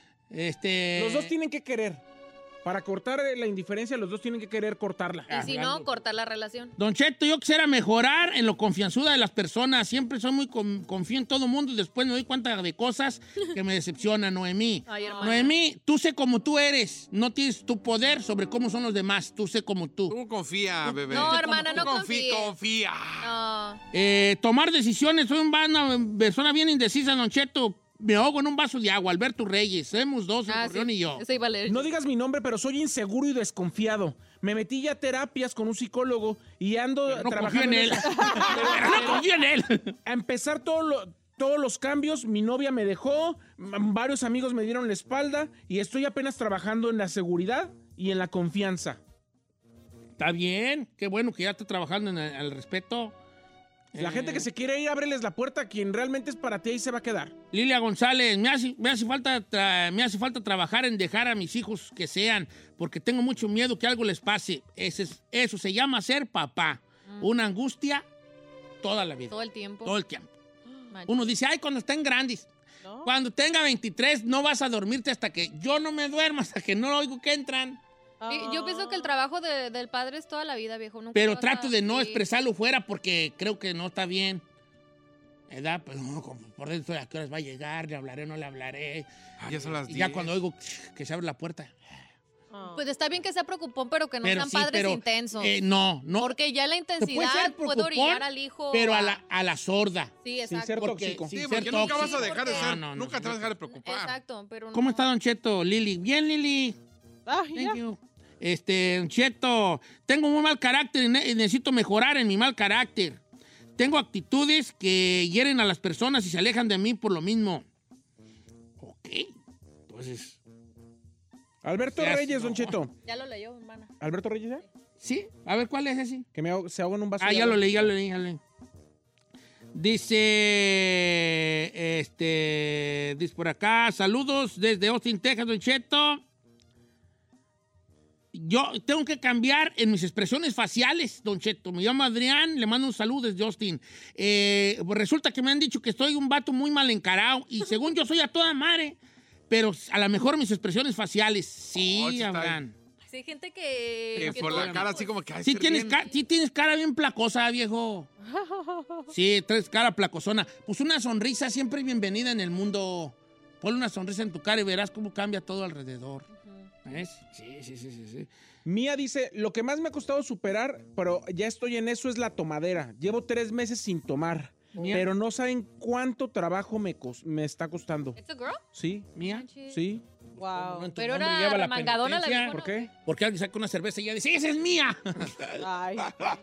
Los dos tienen que querer. Para cortar la indiferencia, los dos tienen que querer cortarla. Y si no, cortar la relación. Don Cheto, yo quisiera mejorar en lo confianzuda de las personas. Siempre soy muy confío en todo mundo y después me doy cuenta de cosas que me decepcionan, Noemí. Ay, hermano. Noemí, tú sé como tú eres. No tienes tu poder sobre cómo son los demás. Tú sé como tú. Tú confía, bebé. No, hermana, no confíe. Confía. No. Tomar decisiones. Soy una persona bien indecisa, Don Cheto. Me ahogo en un vaso de agua. Alberto Reyes. Somos dos, el Gorrión y yo. No digas mi nombre, pero soy inseguro y desconfiado. Me metí ya a terapias con un psicólogo y ando no trabajando confío en él. Pero no confío en él. A empezar todos los cambios, mi novia me dejó, varios amigos me dieron la espalda y estoy apenas trabajando en la seguridad y en la confianza. Está bien. Qué bueno que ya está trabajando en el respeto. La gente que se quiere ir, ábreles la puerta. Quien realmente es para ti, ahí se va a quedar. Lilia González, me hace falta trabajar en dejar a mis hijos que sean, porque tengo mucho miedo que algo les pase. Eso se llama ser papá. Una angustia toda la vida. Todo el tiempo. Todo el tiempo. Uno dice, ay, cuando estén grandes. ¿No? Cuando tenga 23 no vas a dormirte hasta que yo no me duerma, hasta que no oigo que entran. Yo pienso que el trabajo del padre es toda la vida, viejo. Nunca pero trato de no expresarlo fuera porque creo que no está bien. ¿Verdad? Pues no, por dentro, ¿a qué horas va a llegar? ¿Le hablaré o no le hablaré? Ya son las 10. Y ya cuando oigo que se abre la puerta. Pues está bien que sea preocupón, pero que no sean padres intensos. No. Porque ya la intensidad puede orillar al hijo. Pero a la sorda. Sí, exacto. Sin ser tóxico. Porque nunca vas a dejar de ser. Nunca te vas a dejar de preocupar. Exacto, pero no. ¿Cómo está, Don Cheto? Lili. Bien, Lili. Thank you. Don Cheto, tengo muy mal carácter y necesito mejorar en mi mal carácter. Tengo actitudes que hieren a las personas y se alejan de mí por lo mismo. Ok. Entonces. Alberto Reyes, Don Cheto. Ya lo leyó, hermana. ¿Alberto Reyes ya? Sí. A ver, ¿cuál es ese? Que se ahoga en un vaso de agua. Ya lo leí. Dice por acá, saludos desde Austin, Texas, Don Cheto. Yo tengo que cambiar en mis expresiones faciales, Don Cheto. Me llamo Adrián, le mando un saludo desde Austin. Pues resulta que me han dicho que estoy un vato muy mal encarado y según yo soy a toda madre, pero a lo mejor mis expresiones faciales, sí, Abraham. Sí, hay gente que por la cara así como que... Sí tienes cara bien placosa, viejo. Sí, tienes cara placosona. Pues una sonrisa siempre es bienvenida en el mundo. Ponle una sonrisa en tu cara y verás cómo cambia todo alrededor. ¿Ves? Sí. Mía dice, lo que más me ha costado superar, pero ya estoy en eso, es la tomadera. Llevo 3 meses sin tomar, pero no saben cuánto trabajo me está costando. ¿Es una girl? Sí. ¿Mía? Sí. Wow. Pero era la mangadona la vieja. ¿Por qué? Porque alguien saca una cerveza y ya dice, ¡esa es mía! Ay.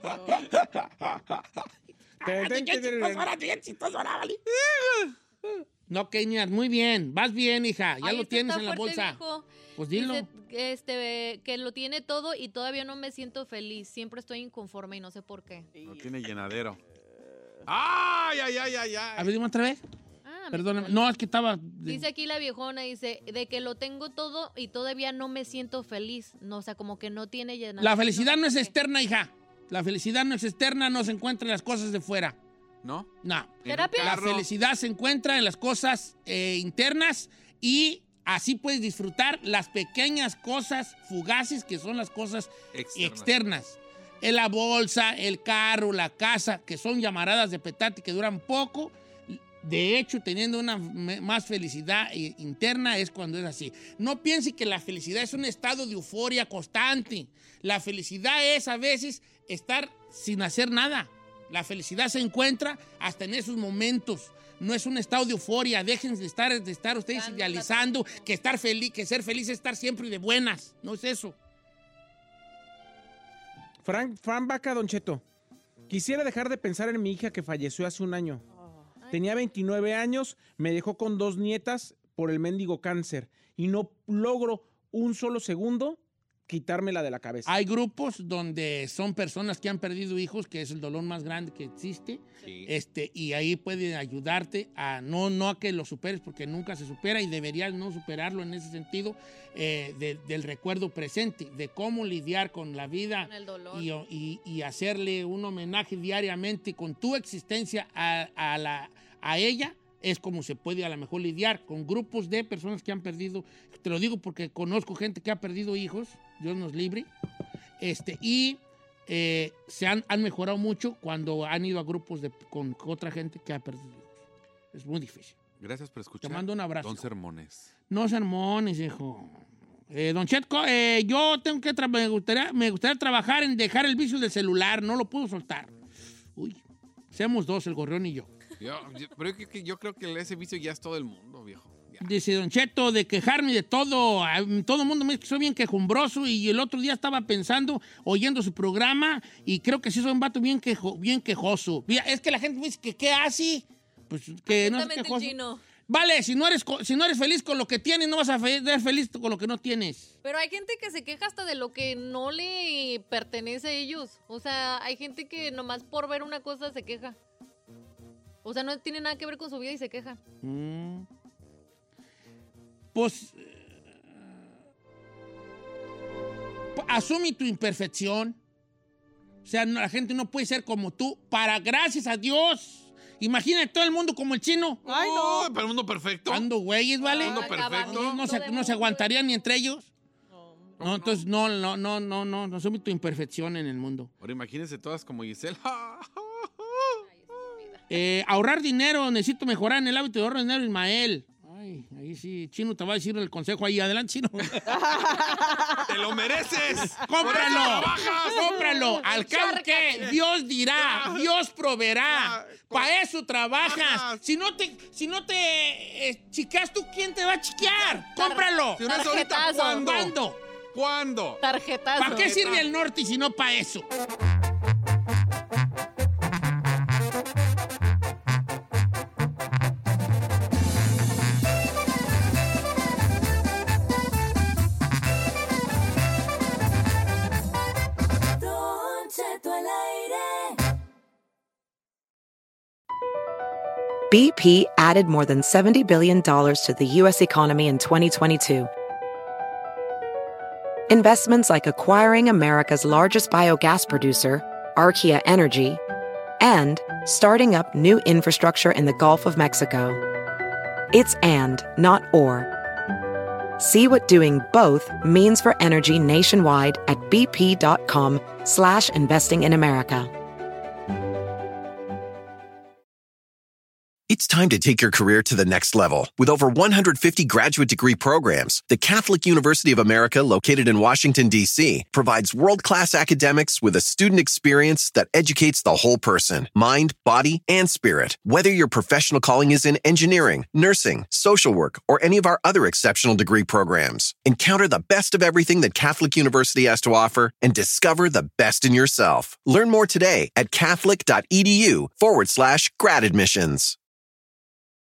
No, Kenia, muy bien. Vas bien, hija. Ya lo tienes en la bolsa. Viejo. Pues dilo. Dice, que lo tiene todo y todavía no me siento feliz. Siempre estoy inconforme y no sé por qué. No tiene llenadero. ¡Ay! A ver, dime otra vez. Perdóname. No, es que estaba... Dice aquí la viejona, dice, de que lo tengo todo y todavía no me siento feliz. No, o sea, como que no tiene llenadero. La felicidad no es externa, hija. La felicidad no es externa, no se encuentra en las cosas de fuera. ¿No? No. ¿Terapia? La felicidad se encuentra en las cosas internas y así puedes disfrutar las pequeñas cosas fugaces que son las cosas externas. La bolsa, el carro, la casa, que son llamaradas de petate que duran poco. De hecho, teniendo una más felicidad interna es cuando es así. No piense que la felicidad es un estado de euforia constante. La felicidad es a veces estar sin hacer nada. La felicidad se encuentra hasta en esos momentos. No es un estado de euforia. Dejen de estar ustedes idealizando que ser feliz es estar siempre de buenas. No es eso. Fran Vaca, Don Cheto. Quisiera dejar de pensar en mi hija que falleció hace un año. Tenía 29 años, me dejó con 2 nietas por el mendigo cáncer y no logro un solo segundo quitármela de la cabeza. Hay grupos donde son personas que han perdido hijos, que es el dolor más grande que existe, Sí. y ahí pueden ayudarte a no a que lo superes, porque nunca se supera y deberías no superarlo en ese sentido del recuerdo presente, de cómo lidiar con la vida Con el dolor. y hacerle un homenaje diariamente con tu existencia a ella. Es como se puede a lo mejor lidiar con grupos de personas que han perdido. Te lo digo porque conozco gente que ha perdido hijos, Dios nos libre, y se han mejorado mucho cuando han ido a grupos con otra gente que ha perdido hijos. Es muy difícil. Gracias por escuchar. Te mando un abrazo. Don Sermones. No sermones, hijo. Don Chetco, yo tengo que me gustaría trabajar en dejar el vicio del celular, no lo puedo soltar. Uy, seamos dos, el gorrión y yo. Pero yo creo que ese vicio ya es todo el mundo, viejo. Ya. Dice Don Cheto, de quejarme de todo. Todo el mundo me dice que soy bien quejumbroso y el otro día estaba pensando, oyendo su programa, y creo que sí soy un vato bien quejoso. Es que la gente me dice que ¿qué hace? Pues que no es quejoso. Chino. Vale, si no eres feliz con lo que tienes, no vas a ser feliz con lo que no tienes. Pero hay gente que se queja hasta de lo que no le pertenece a ellos. O sea, hay gente que nomás por ver una cosa se queja. O sea, no tiene nada que ver con su vida y se queja. Pues asume tu imperfección. O sea, la gente no puede ser como tú. Gracias a Dios. Imagínate todo el mundo como el chino. Ay, no. Para el mundo perfecto. Ando güeyes, ¿vale? Mundo perfecto. No se aguantarían ni entre ellos. No, entonces no asume tu imperfección en el mundo. Ahora imagínense todas como Giselle. Ahorrar dinero, necesito mejorar en el hábito de ahorrar dinero, Ismael. Ay, ahí sí, Chino te va a decir el consejo ahí. Adelante, Chino. ¡Te lo mereces! ¡Cómpralo! Al cabo que Dios dirá, Dios proveerá. Para eso trabajas. Si no te chiqueas tú, ¿quién te va a chiquear? ¡Cómpralo! Si no es ahorita, ¿Cuándo? ¿Cuándo? Tarjetazo. ¿Para qué sirve el norte si no para eso? Don Cheto al aire. BP added more than $70 billion to the U.S. economy in 2022. Investments like acquiring America's largest biogas producer, Archaea Energy, and starting up new infrastructure in the Gulf of Mexico. It's and, not or. See what doing both means for energy nationwide at bp.com/investing in America. It's time to take your career to the next level. With over 150 graduate degree programs, the Catholic University of America, located in Washington, D.C., provides world-class academics with a student experience that educates the whole person, mind, body, and spirit. Whether your professional calling is in engineering, nursing, social work, or any of our other exceptional degree programs, encounter the best of everything that Catholic University has to offer and discover the best in yourself. Learn more today at catholic.edu/grad admissions.